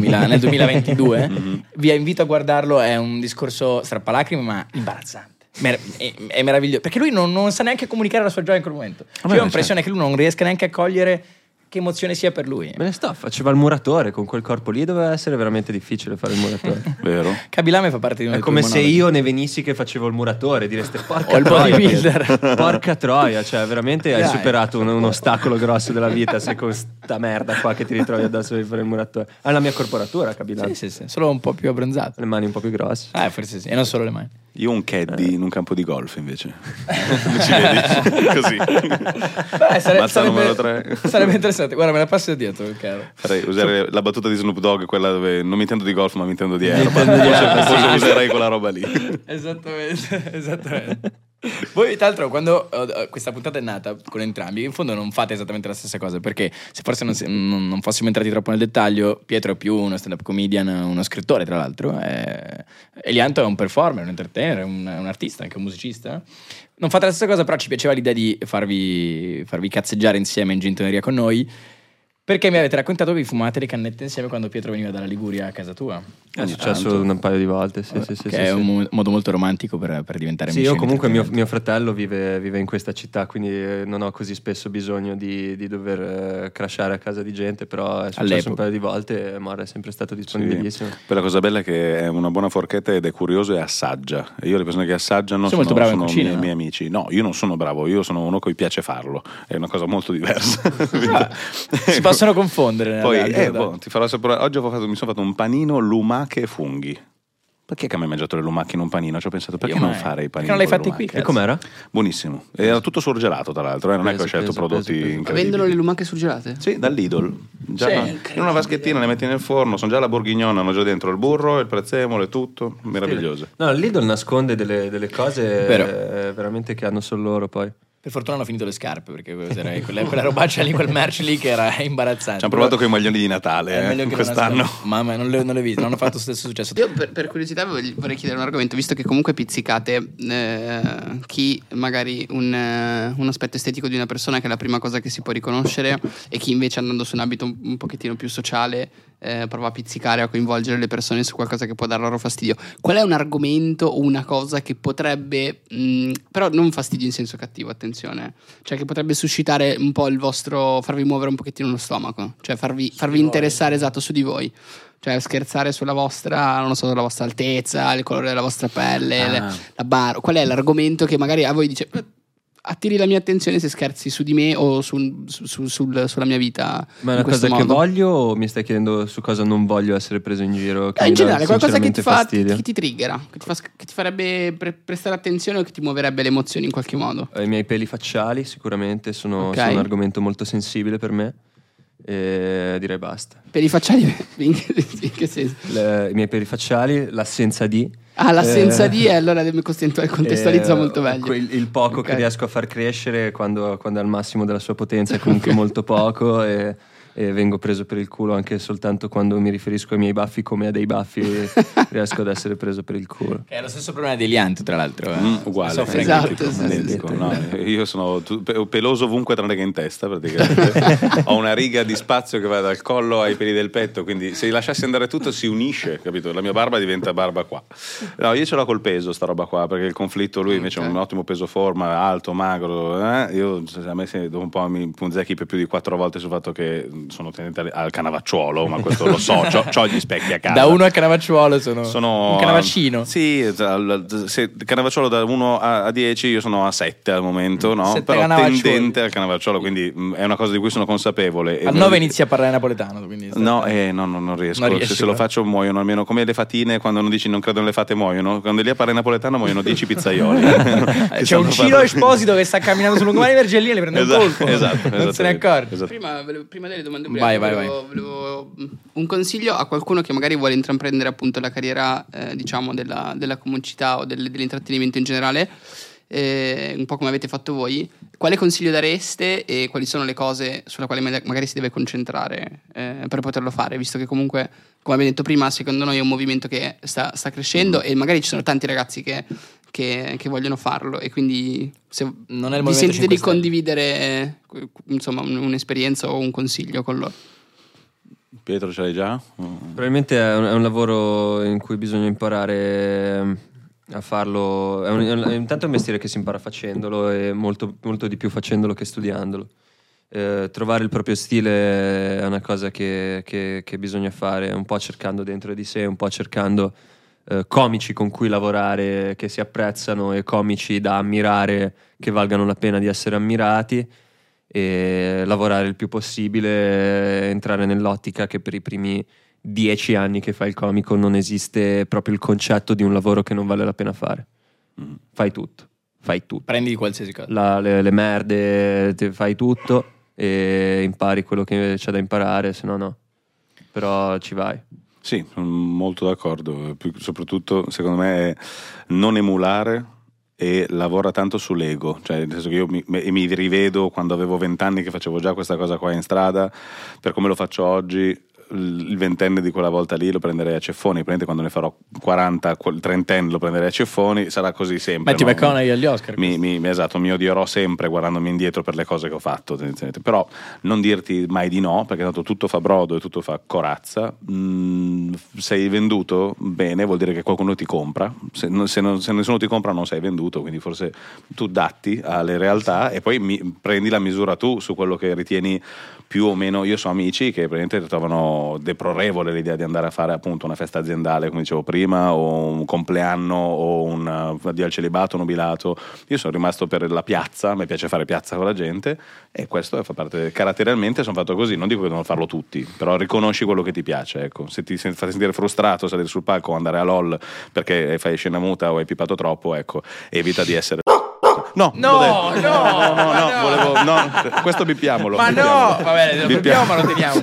2022. Vi invito a guardarlo, è un discorso strappalacrime ma imbarazzante. È meraviglioso, perché lui non sa neanche comunicare la sua gioia in quel momento. Cioè, io ho l'impressione che lui non riesca neanche a cogliere che emozione sia per lui. Me ne sto, faceva il muratore con quel corpo lì, doveva essere veramente difficile fare il muratore. Vero? Kabilame fa parte di uno È dei come tuoi se monologhi. io ne venissi che facevo il muratore, direste porca O il troia, bodybuilder. porca troia, cioè veramente hai Dai. superato un ostacolo grosso della vita se con sta merda qua che ti ritrovi addosso di fare il muratore. Hai la mia corporatura, Kabilame. Sì, solo un po' più abbronzato. Le mani un po' più grosse. Forse sì, e non solo le mani. Io un caddy in un campo di golf invece. Mi ci vedi? Così. Beh, Mazza numero 3. sarebbe interessante. Guarda, me la passo dietro, caro. Farei usare la battuta di Snoop Dogg, quella dove non mi intendo di golf ma mi intendo di erba. intendo di erba, Forse userei quella roba lì. Esattamente. Voi, tra l'altro, quando questa puntata è nata con entrambi, in fondo non fate esattamente la stessa cosa, perché se forse non fossimo entrati troppo nel dettaglio, Pietro è più uno stand-up comedian, uno scrittore, tra l'altro, Elianto è un performer, un entertainer, un artista, anche un musicista. Non fate la stessa cosa, però ci piaceva l'idea di farvi cazzeggiare insieme in gintoneria con noi, perché mi avete raccontato che vi fumate le cannette insieme quando Pietro veniva dalla Liguria a casa tua. È successo un paio di volte, sì. È un modo molto romantico per diventare Sì, amici. io comunque mio fratello vive in questa città, quindi non ho così spesso bisogno di dover crashare a casa di gente, però è successo All'epoca. un paio di volte e Mara è sempre stato disponibilissimo. Poi la cosa bella è che è una buona forchetta ed è curioso e assaggia. E io le persone che assaggiano Sei molto bravo in sono cucina, no? miei amici. No, io non sono bravo, io sono uno a cui piace farlo. È una cosa molto diversa. Si possono confondere. Poi, nella realtà. ti farò sapere. Oggi mi sono fatto un panino, lumache e funghi. Perché che mi hai mangiato le lumache in un panino? Ci ho pensato, perché Io non mai. fare i panini? Perché non l'hai con le fatti qui, lumache? E com'era? Buonissimo. Era tutto surgelato, tra l'altro, non è che ho Preso, scelto preso, prodotti preso. incredibili. Vendono le lumache surgelate? Sì, dal Lidl. Già Sì, in una vaschettina le metti nel forno, sono già la bourguignon, hanno già dentro il burro, il prezzemolo, tutto meravigliose. No, il Lidl nasconde delle cose Vero. veramente che hanno solo loro poi. Per fortuna hanno finito le scarpe, perché quella robaccia lì, quel merch lì che era imbarazzante. Ci hanno provato con i maglioni di Natale È meglio che non quest'anno. nascondo. Mamma, non le ho viste, non hanno fatto lo stesso successo. Io per curiosità vorrei chiedere un argomento, visto che comunque pizzicate chi magari un aspetto estetico di una persona che è la prima cosa che si può riconoscere e chi invece andando su un abito un pochettino più sociale prova a pizzicare, a coinvolgere le persone su qualcosa che può dar loro fastidio. Qual è un argomento o una cosa che potrebbe, però non fastidio in senso cattivo, attenzione, cioè che potrebbe suscitare un po' il vostro, farvi muovere un pochettino lo stomaco, cioè farvi interessare esatto su di voi? Cioè scherzare sulla vostra, non so, sulla vostra altezza, il colore della vostra pelle, la barba. Qual è l'argomento che magari a voi dice attiri la mia attenzione se scherzi su di me o sulla mia vita? Ma è una in questo cosa che modo? voglio o mi stai chiedendo su cosa non voglio essere preso in giro? Che In mi dà generale, qualcosa che ti sinceramente fastidio? che ti triggera, che ti farebbe prestare attenzione o che ti muoverebbe le emozioni in qualche modo. I miei peli facciali sicuramente sono Ok. un argomento molto sensibile per me e direi basta. Per i facciali, in che senso? I miei peli facciali, l'assenza di... L'assenza di, allora mi contestualizza molto meglio. Il poco Ok. che riesco a far crescere quando è al massimo della sua potenza è comunque molto poco e e vengo preso per il culo anche soltanto quando mi riferisco ai miei baffi come a dei baffi riesco ad essere preso per il culo. Che è lo stesso problema degli Lianto, tra l'altro. Uguale, Soffre Esatto, anche sì, identico. No, io sono peloso ovunque tranne che in testa praticamente. Ho una riga di spazio che va dal collo ai peli del petto, quindi se lasciassi andare tutto si unisce, capito? La mia barba diventa barba qua. No, io ce l'ho col peso sta roba qua, perché il conflitto, lui invece ha un ottimo peso forma, alto, magro, io a me dopo un po' mi punzecchi per più di 4 volte sul fatto che sono tendente al canavacciuolo, ma questo lo so, c'ho gli specchi a casa. Da 1 a Canavacciuolo sono un canavaccino. Sì, se Canavacciolo da 1 a 10 io sono a 7 al momento, no? 7 Però Canavacciuoli. tendente al Canavacciolo, quindi è una cosa di cui sono consapevole. Al 9 inizia a parlare napoletano, quindi No, non riesco. Non riesci, se lo faccio muoiono, almeno come le fatine, quando non dici non credo nelle fate muoiono, quando lì a parlare napoletano muoiono 10 pizzaioli. C'è un Ciro Esposito che sta camminando sul lungomare di Vergelline e le prende un colpo. Esatto, non se ne accorge. esatto. Prima delle domande Vai, volevo un consiglio a qualcuno che magari vuole intraprendere appunto la carriera diciamo della comicità o dell'intrattenimento in generale, un po' come avete fatto voi. Quale consiglio dareste e quali sono le cose sulla quale magari si deve concentrare per poterlo fare, visto che comunque, come abbiamo detto prima, secondo noi è un movimento che sta crescendo e magari ci sono tanti ragazzi che vogliono farlo, e quindi se Non è il vi Movimento sentite 5 di Stelle. condividere insomma un'esperienza o un consiglio con loro. Pietro, ce l'hai già? Probabilmente è un lavoro in cui bisogna imparare a farlo. Intanto è un mestiere che si impara facendolo e molto, molto di più facendolo che studiandolo. Trovare il proprio stile è una cosa che bisogna fare, un po' cercando dentro di sé, un po' cercando comici con cui lavorare che si apprezzano e comici da ammirare che valgano la pena di essere ammirati, e lavorare il più possibile, entrare nell'ottica che per i primi 10 anni che fai il comico non esiste proprio il concetto di un lavoro che non vale la pena fare. Fai tutto. Prendi di qualsiasi cosa. Le merde, fai tutto e impari quello che c'è da imparare, se no no. Però ci vai. Sì, sono molto d'accordo. Soprattutto, secondo me, è non emulare e lavora tanto sull'ego. Cioè, nel senso che io mi rivedo quando avevo 20 anni che facevo già questa cosa qua in strada, per come lo faccio oggi. Il ventenne di quella volta lì lo prenderei a ceffoni, probabilmente quando ne farò 40, il trentenne lo prenderei a ceffoni, sarà così sempre. Matthew McConaughey agli Oscar. Esatto, mi odierò sempre guardandomi indietro per le cose che ho fatto, tendenzialmente. Però non dirti mai di no, perché tanto tutto fa brodo e tutto fa corazza. Sei venduto? Bene, vuol dire che qualcuno ti compra. Se nessuno ti compra non sei venduto, quindi forse tu datti alle realtà e poi prendi la misura tu su quello che ritieni più o meno. Io so amici che praticamente trovano deplorevole l'idea di andare a fare appunto una festa aziendale, come dicevo prima, o un compleanno o un addio al celibato, nubilato. Io sono rimasto per la piazza, mi piace fare piazza con la gente e questo fa parte, caratterialmente sono fatto così. Non dico che devono farlo tutti, però riconosci quello che ti piace, ecco. Se ti fai sentire frustrato salire sul palco o andare a LOL perché fai scena muta o hai pipato troppo, ecco, evita di essere No, volevo, questo bippiamolo. Ma no, va bene, lo bippiamo ma lo teniamo.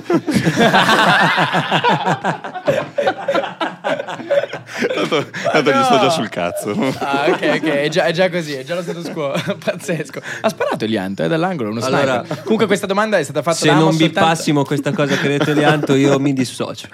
Tanto gli sto già sul cazzo. Ah, ok, è già così, è già lo status quo. Pazzesco. Ha sparato Elianto, dall'angolo, uno Allora, sniper. Comunque questa domanda è stata fatta se da non Amos bippassimo questa cosa che ha detto Elianto, io mi dissocio.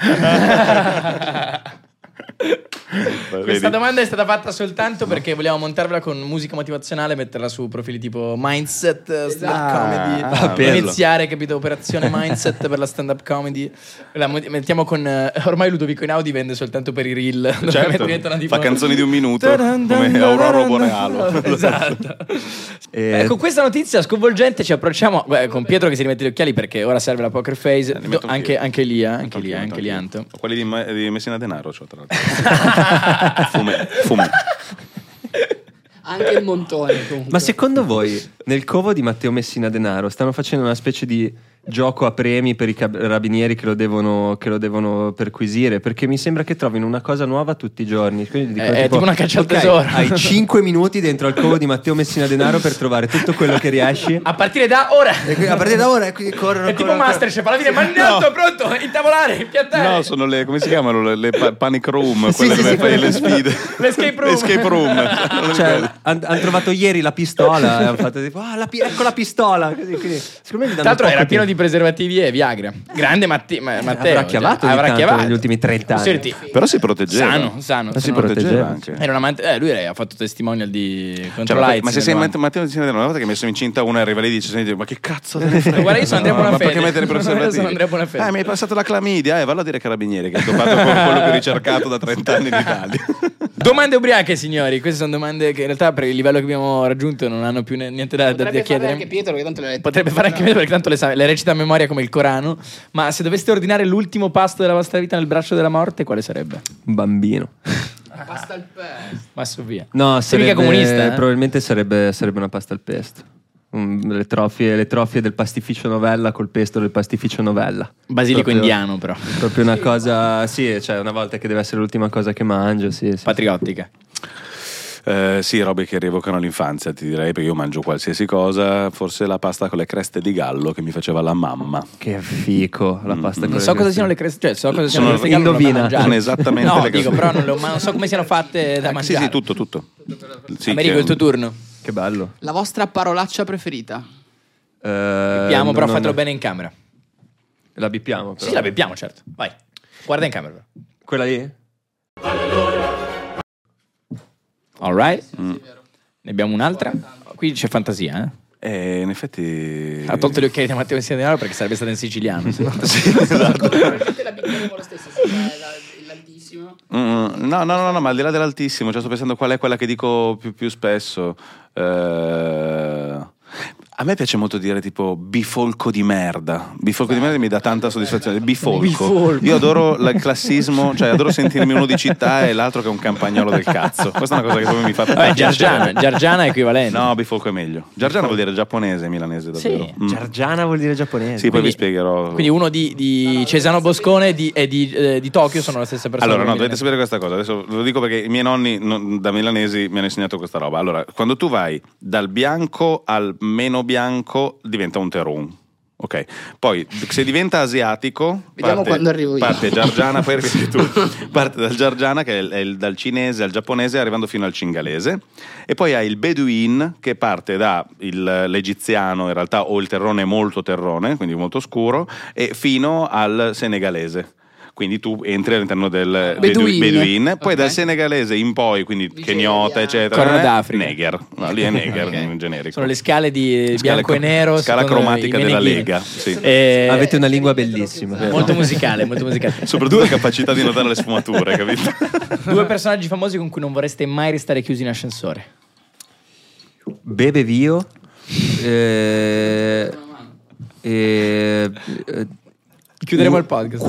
Questa domanda è stata fatta soltanto perché vogliamo montarvela con musica motivazionale, metterla su profili tipo Mindset, stand-up comedy, bello. iniziare, capito, operazione Mindset per la stand-up comedy. La mettiamo con ormai Ludovico Einaudi vende soltanto per i reel. Certo, Diventano tipo fa canzoni di un minuto come Aurora Borealo. Esatto. Con questa notizia sconvolgente ci approcciamo con Pietro che si rimette gli occhiali perché ora serve la poker face. metto anch'io. Anche lì Anto. Quelli di Messina Denaro c'ho, tra l'altro. Fume. Anche il Montone comunque. Ma secondo voi nel covo di Matteo Messina Denaro stanno facendo una specie di gioco a premi per i carabinieri che lo devono perquisire? Perché mi sembra che trovino una cosa nuova tutti i giorni. Quindi dico, è tipo una caccia al tesoro. Hai 5 minuti dentro al covo di Matteo Messina Denaro per trovare tutto quello che riesci. A partire da ora. A partire da ora quindi corrono. È tipo Masterchef, alla fine Magnotto, pronto, intavolare, impiattare. No, sono le, come si chiamano, le panic room, Sì, quelle sì, dove sì, fai quelle- le sfide. L'escape room. Escape room. Cioè, hanno trovato ieri la pistola e hanno fatto tipo, ecco la pistola. Così, secondo me gli danno Tra l'altro era poco pieno tempo. di preservativi e Viagra. Grande Matteo. Avrà chiavato ogni tanto negli ultimi 30 anni. Però si proteggeva. Sano. Si proteggeva anche. Era un amante, lui ha fatto testimonial di contro Cioè, l'AIDS. ma se sei Matteo una volta che hai messo incinta una arriva lì e dice senti, ma che cazzo te ne frega? Guarda, io sono Andrea Ma Bonafede. perché mettere i preservativi? Sono Andrea Bonafede. Mi hai passato la clamidia, vallo a dire Carabinieri che è dopato con quello più ricercato da 30 anni in Italia. Domande ubriache, signori. Queste sono domande che in realtà per il livello che abbiamo raggiunto non hanno più niente da chiedere. Anche Pietro, che tanto le ha lette. Potrebbe fare anche Pietro perché tanto le recita a memoria come il Corano. Ma se doveste ordinare l'ultimo pasto della vostra vita nel braccio della morte, quale sarebbe? Un bambino. Pasta al pesto. Ma su via. No, Sei mica comunista, eh? probabilmente sarebbe una pasta al pesto. Le trofie del pasticcio Novella col pesto del pasticcio Novella. Basilico Proprio- indiano, però. Proprio una cosa, sì, cioè una volta che deve essere l'ultima cosa che mangio, sì. Patriottica. Sì, robe che rievocano l'infanzia, ti direi, perché io mangio qualsiasi cosa, forse la pasta con le creste di gallo che mi faceva la mamma. Che fico, la pasta con Non le so cosa creste. siano le creste, cioè so cosa siano Sono- le creste di gallo, non le ho mai indovina. mangiate. Sono esattamente no, le dico, creste. però non so come siano fatte da mangiare. Sì, tutto. Sì, Americo, che- il tuo turno. Che bello. La vostra parolaccia preferita? Bippiamo, però non- fatelo bene in camera. La bippiamo però. Sì, la bippiamo, certo. Vai. Guarda in camera. però. Quella lì? All right. Ne abbiamo un'altra. Qui c'è fantasia, in effetti... Ha tolto gli occhiali da Matteo Messina Denaro perché sarebbe stato in siciliano. se no. Probabilmente la bicchiamo lo stesso, l'altissimo. No, ma al di là dell'altissimo, cioè sto pensando qual è quella che dico più spesso. A me piace molto dire tipo bifolco di merda. Bifolco di merda mi dà tanta soddisfazione. Bifolco. Io adoro il classismo, cioè adoro sentirmi uno di città e l'altro che è un campagnolo del cazzo. Questa è una cosa che proprio mi fa Vabbè, piacere. Giargiana è equivalente. No, bifolco è meglio. Giargiana vuol dire giapponese, milanese davvero. Sì. Giargiana vuol dire giapponese. Sì, poi vi spiegherò. Quindi uno di Cesano Boscone e di Tokyo sono la stessa persona. Allora, no, quindi- dovete sapere questa cosa. Adesso ve lo dico perché i miei nonni da milanesi mi hanno insegnato questa roba. Allora, quando tu vai dal bianco al meno bianco, diventa un terun. Ok, poi se diventa asiatico, Vediamo quando arrivo io. parte Giargiana, poi arrivi tu. Parte dal Giargiana, che è dal cinese al giapponese, arrivando fino al cingalese, e poi hai il Bedouin che parte da l'egiziano, in realtà, o il terrone molto terrone, quindi molto scuro, e fino al senegalese. Quindi tu entri all'interno del Bedouin, poi Ok. dal senegalese in poi, quindi Nigeria. Kenyota, eccetera. Corno d'Africa. Neger, no, lì è Neger Ok. in generico. Sono le scale di Scala bianco e nero. scala secondo cromatica i della Meneghini. Lega, sì. Avete una lingua bellissima. Molto musicale, molto musicale. Soprattutto la capacità di notare le sfumature, capito? Due personaggi famosi con cui non vorreste mai restare chiusi in ascensore. Bebe Vio. Chiuderemo il podcast.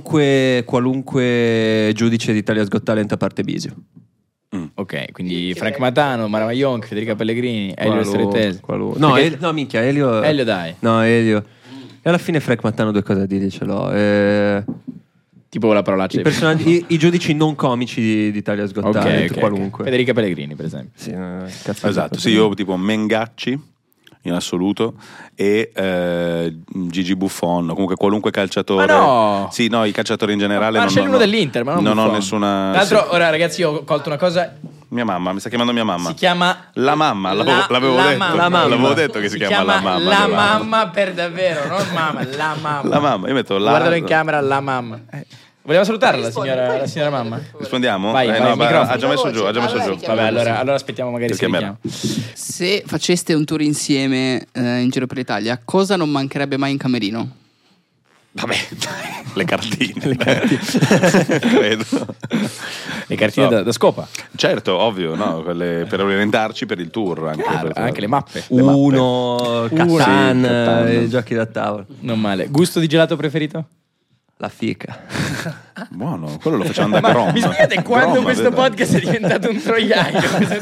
Qualunque giudice di Italia's Got Talent a parte Bisio. Ok, quindi Frank Matano, Mara Maionchi, Federica Pellegrini, Elio Strettesi. No, Perché- no, minchia, Elio. Elio, dai. No, Elio. E alla fine Frank Mattano due cose da dire ce l'ho. Tipo la parolaccia. I, personaggi, i giudici non comici di Italia's Got Ok, Talent, ok, qualunque. ok. Federica Pellegrini, per esempio. Sì, cazzo Esatto, sì, io tipo Mengacci in assoluto e Gigi Buffon, comunque qualunque calciatore. Ma no! Sì, no, i calciatori in generale. Ma c'è uno dell'Inter, ma non non ho Buffon. nessuna. Tra l'altro, sì. ora ragazzi, io ho colto una cosa. Mia mamma, mi sta chiamando mia mamma. Si chiama La mamma, l'avevo la detto. mamma. L'avevo detto che si chiama la mamma. La mia mamma per davvero, non mamma, la mamma. La mamma, io metto la. Guardalo in camera, la mamma. Vogliamo salutare la signora mamma? Rispondiamo? Vai, vai, no, il microfono. ha già messo giù, ha già messo giù. Vabbè, allora aspettiamo magari Lo se chiamerà. richiamo. Se faceste un tour insieme in giro per l'Italia, cosa non mancherebbe mai in camerino? Vabbè, le cartine. Credo. Le cartine No. da scopa. Certo, ovvio, no? Quelle per orientarci per il tour. Anche, Chiaro, perché- anche le mappe. Uno, Catan, Sì, Catan. i giochi da tavolo. Non male. Gusto di gelato preferito? La fica. Buono, quello lo facciamo da Grom. Mi spiegate quando Grom, questo vedo. podcast è diventato un troiaio?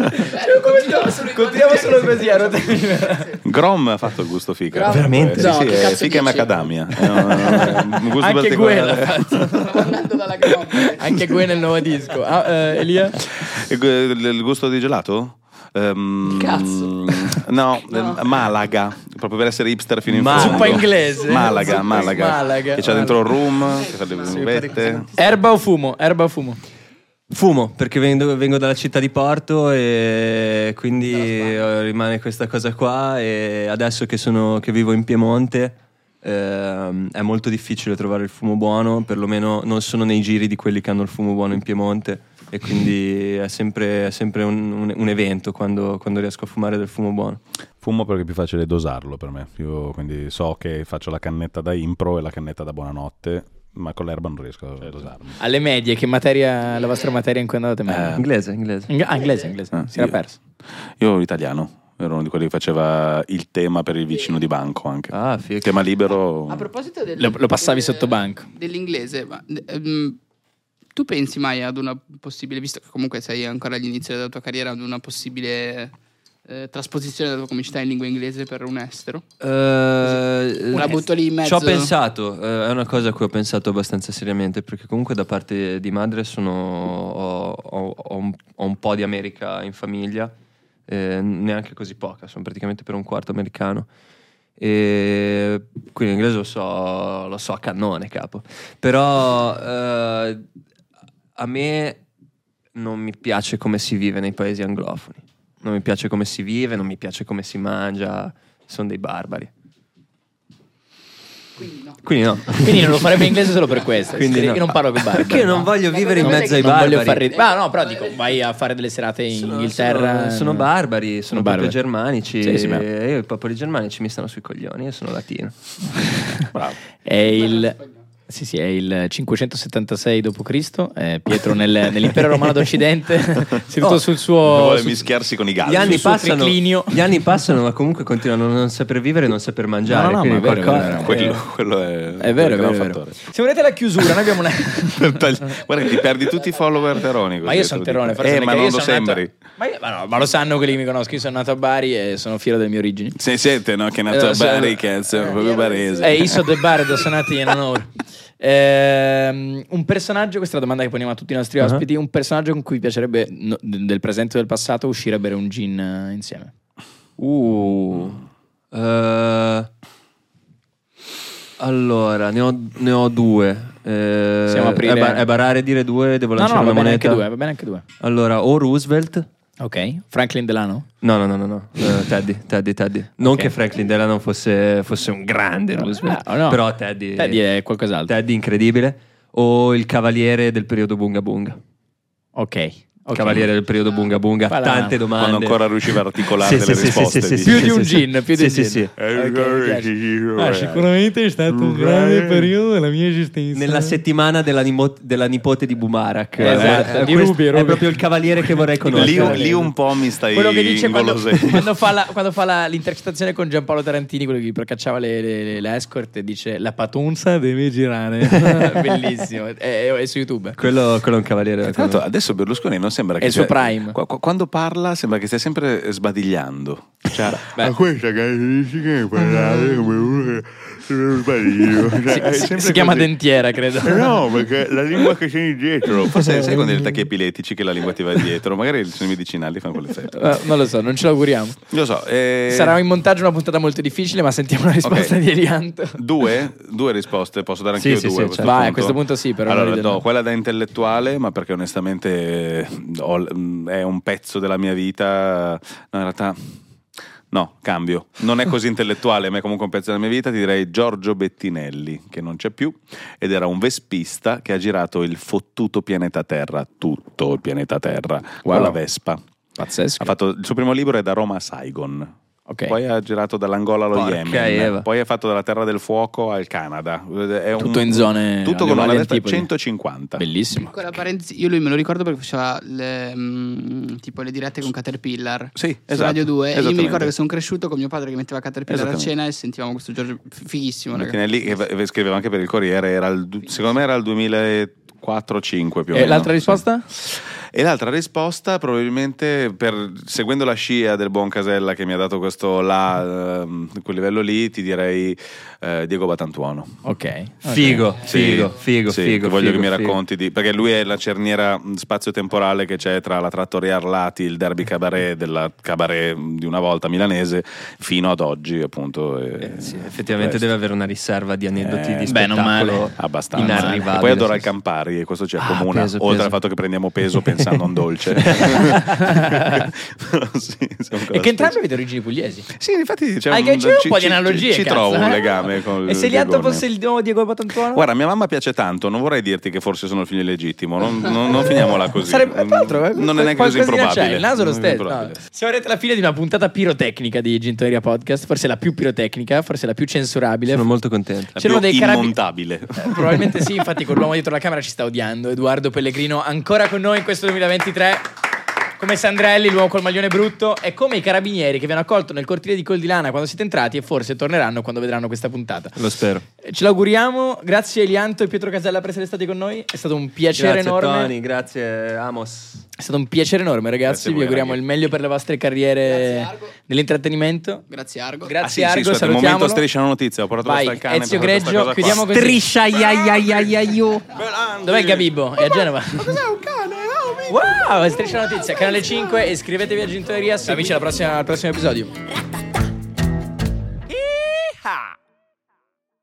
Continuiamo solo così a rotelle. Grom ha fatto il gusto fica. Grom? Veramente? Sì, No, sì, che è cazzo fica e dici? macadamia. È un gusto Anche particolare. Gwen l'ha fatto. Stavo andando dalla Grom. Anche Gwen nel nuovo disco. Elia? Il gusto di gelato? Cazzo. No, Malaga, proprio per essere hipster fino in Malaga. fondo. Zuppa inglese. Malaga, Zuppa- Malaga. Malaga. Che c'ha dentro il rum, che fa le uvette. Erba o fumo? Erba o fumo? Fumo, perché vengo dalla città di Porto e quindi rimane questa cosa qua e adesso che vivo in Piemonte È molto difficile trovare il fumo buono, perlomeno non sono nei giri di quelli che hanno il fumo buono in Piemonte, e quindi è sempre un evento quando riesco a fumare del fumo buono. Fumo perché è più facile dosarlo per me. Io quindi so che faccio la cannetta da impro e la cannetta da buonanotte, ma con l'erba non riesco a dosarlo. Alle medie, che materia, la vostra materia in cui andate meglio? Inglese. Inglese. Si era perso. Io italiano. Ero uno di quelli che faceva il tema per il vicino di banco anche. Figo. Tema libero. A proposito Lo passavi sotto banco. dell'inglese, tu pensi mai ad una possibile, visto che comunque sei ancora all'inizio della tua carriera, ad una possibile trasposizione della tua comicità in lingua inglese per un estero? Una butto lì in mezzo. Ci ho pensato, è una cosa a cui ho pensato abbastanza seriamente, perché comunque da parte di madre ho un po' di America in famiglia. Neanche così poca, sono praticamente per un quarto americano, e quindi l'inglese lo so a cannone, capo. Però a me non mi piace come si vive nei paesi anglofoni, non mi piace come si vive, non mi piace come si mangia, sono dei barbari. Quindi no. Quindi non lo farebbe in inglese solo per questo. Quindi Io no. non parlo con i barbari. Perché io non voglio vivere in mezzo ai Non barbari. voglio far ridere. No, però dico, vai a fare delle serate in Inghilterra. Sono barbari, sono proprio barbari. germanici. Sì, e io i popoli germanici mi stanno sui coglioni, io sono latino. Bravo. È il 576 d.C. Pietro nell'impero romano d'Occidente, seduto sul suo. Vuole mischiarsi con i galli. Gli anni passano, ma comunque continuano a non saper vivere e non saper mangiare. No, quindi ma è vero, qualcosa- Quello è È vero, è un vero. fattore. Siamo arrivati alla chiusura, noi abbiamo una. Guarda, ti perdi tutti i follower terroni. Ma io sono terrone, forse ma perché non io lo sono nato- sembri. Ma lo sanno quelli che mi conoscono. Io sono nato a Bari e sono fiero delle mie origini. Se siete, no? Che è nato a Bari, cazzo, proprio barese. Io sono del Bari, sono nati in onore. Un personaggio, questa è la domanda che poniamo a tutti i nostri ospiti, un personaggio con cui piacerebbe del presente o del passato uscire a bere un gin insieme. Allora, ne ho due. Possiamo aprire. È barare dire due, devo No, lanciare va una bene anche moneta. due, va bene anche due. Allora, o Roosevelt. Ok, Franklin Delano? No. Teddy. Non che Franklin Delano fosse un grande Roosevelt, no. però Teddy è qualcos'altro. Teddy incredibile. O il cavaliere del periodo Bunga Bunga. Ok. Cavaliere del periodo Bunga Bunga. Voilà. Tante domande. Quando ancora riusciva a articolare delle risposte. sì, Più di un gin, più di un Sì, gin. sì. Sicuramente è stato un grande periodo della mia esistenza. Nella settimana della nipote di Bumarak. Esatto, di Questo Ruby. È proprio il cavaliere che vorrei conoscere. Lì un po' mi stai Quello che dice quando ingolosendo. fa l'intercettazione con Giampaolo Tarantini, quello che procacciava le escort, e dice la patunza deve girare. Bellissimo, è su YouTube. Quello è un cavaliere. Tra l'altro, adesso Berlusconi non sembra che È il suo prime. Quando parla sembra che stia sempre sbadigliando. Cioè, questa caratteristica è parlare come uno che sono sbaglio. Si chiama dentiera, credo. No, perché la lingua che tieni dietro. forse sai quando hai gli attacchi epilettici che la lingua ti va dietro, magari sono i medicinali fanno quell'effetto. Non lo so, non ce l'auguriamo. Lo so. Sarà in montaggio una puntata molto difficile, ma sentiamo una risposta di Elianto. Due risposte, posso dare anch'io Sì, due. sì, a questo certo. Vai, a punto? questo punto sì, però Allora, non ridere. do quella da intellettuale, ma perché onestamente è un pezzo della mia vita. No, in realtà no, cambio. Non è così intellettuale, ma è comunque un pezzo della mia vita. Ti direi Giorgio Bettinelli, che non c'è più, ed era un vespista che ha girato il fottuto pianeta Terra, tutto il pianeta Terra, con la Vespa. Pazzesco. Ha fatto il suo primo libro è Da Roma a Saigon. Ok. Poi ha girato dall'Angola allo Porca Yemen. Eva. Poi ha fatto dalla Terra del Fuoco al Canada. È Tutto in zone tutto alle con una valli valetta antipodi. 150. Bellissimo. Piccola parentesi, io lui me lo ricordo perché faceva tipo le dirette con Caterpillar. Sì, Su esatto. Radio 2. E io mi Esattamente. ricordo che sono cresciuto con mio padre che metteva Caterpillar a Esattamente. cena e sentivamo questo Giorgio fighissimo. raga. Bettinelli, che scriveva anche per il Corriere, secondo me era il 2004-5 più o meno. L'altra risposta? E l'altra risposta, probabilmente seguendo la scia del buon Casella che mi ha dato questo quel livello lì, ti direi Diego Batantuono. Ok. Figo. Sì, che voglio che mi figo. racconti perché lui è la cerniera spazio-temporale che c'è tra la Trattoria Arlati, il derby cabaret della cabaret di una volta milanese fino ad oggi, appunto. Sì, effettivamente deve avere una riserva di aneddoti di beh, non spettacolo abbastanza. inarrivabile. E poi adora sì, il Campari, calorie, questo ci accomuna, peso, oltre peso. al fatto che prendiamo peso pensando a un dolce. Sì, E che entrambi avete origini pugliesi. sì, infatti c'è C'è un po' di analogie, ci cazzo, trovo un eh? legame con E se Lianto fosse il nuovo Diego Batantuono? Guarda, mia mamma piace tanto, non vorrei dirti che forse sono il figlio illegittimo, non finiamola così. Sarebbe tra l'altro, non è neanche così qualcosina improbabile. c'è, il naso è lo Non è stesso. improbabile. No. Siamo arrivati alla fine di una puntata pirotecnica di Gintoneria Podcast, forse la più pirotecnica, forse la più censurabile. Sono molto contento. La C'erano più dei immontabile. Probabilmente sì, infatti con l'uomo dietro la camera ci sta odiando. Edoardo Pellegrino ancora con noi in questo 2023. Come Sandrelli, l'uomo col maglione brutto, e come i carabinieri che vi hanno accolto nel cortile di Coldilana quando siete entrati e forse torneranno quando vedranno questa puntata. Lo spero. Ce l'auguriamo, grazie a Elianto e Pietro Casella per essere stati con noi, è stato un piacere Grazie enorme. Tony, grazie Amos. È stato un piacere enorme, ragazzi. Grazie a voi, Vi auguriamo ragazzi. il meglio per le vostre carriere Grazie, Argo. nell'intrattenimento. Grazie Argo. Grazie Ah, sì, Argo, scusate, il salutiamolo. momento striscia la notizia, ho portato Vai, al cane Ezio per questa Greggio, cosa qua. chiudiamo così. Striscia iaiaiaiaiu. Dov'è Gabibbo? È a Genova. Cos'è un cane? Wow, Striscia la notizia, canale 5, iscrivetevi a Gintoneria. Amici, al prossimo episodio.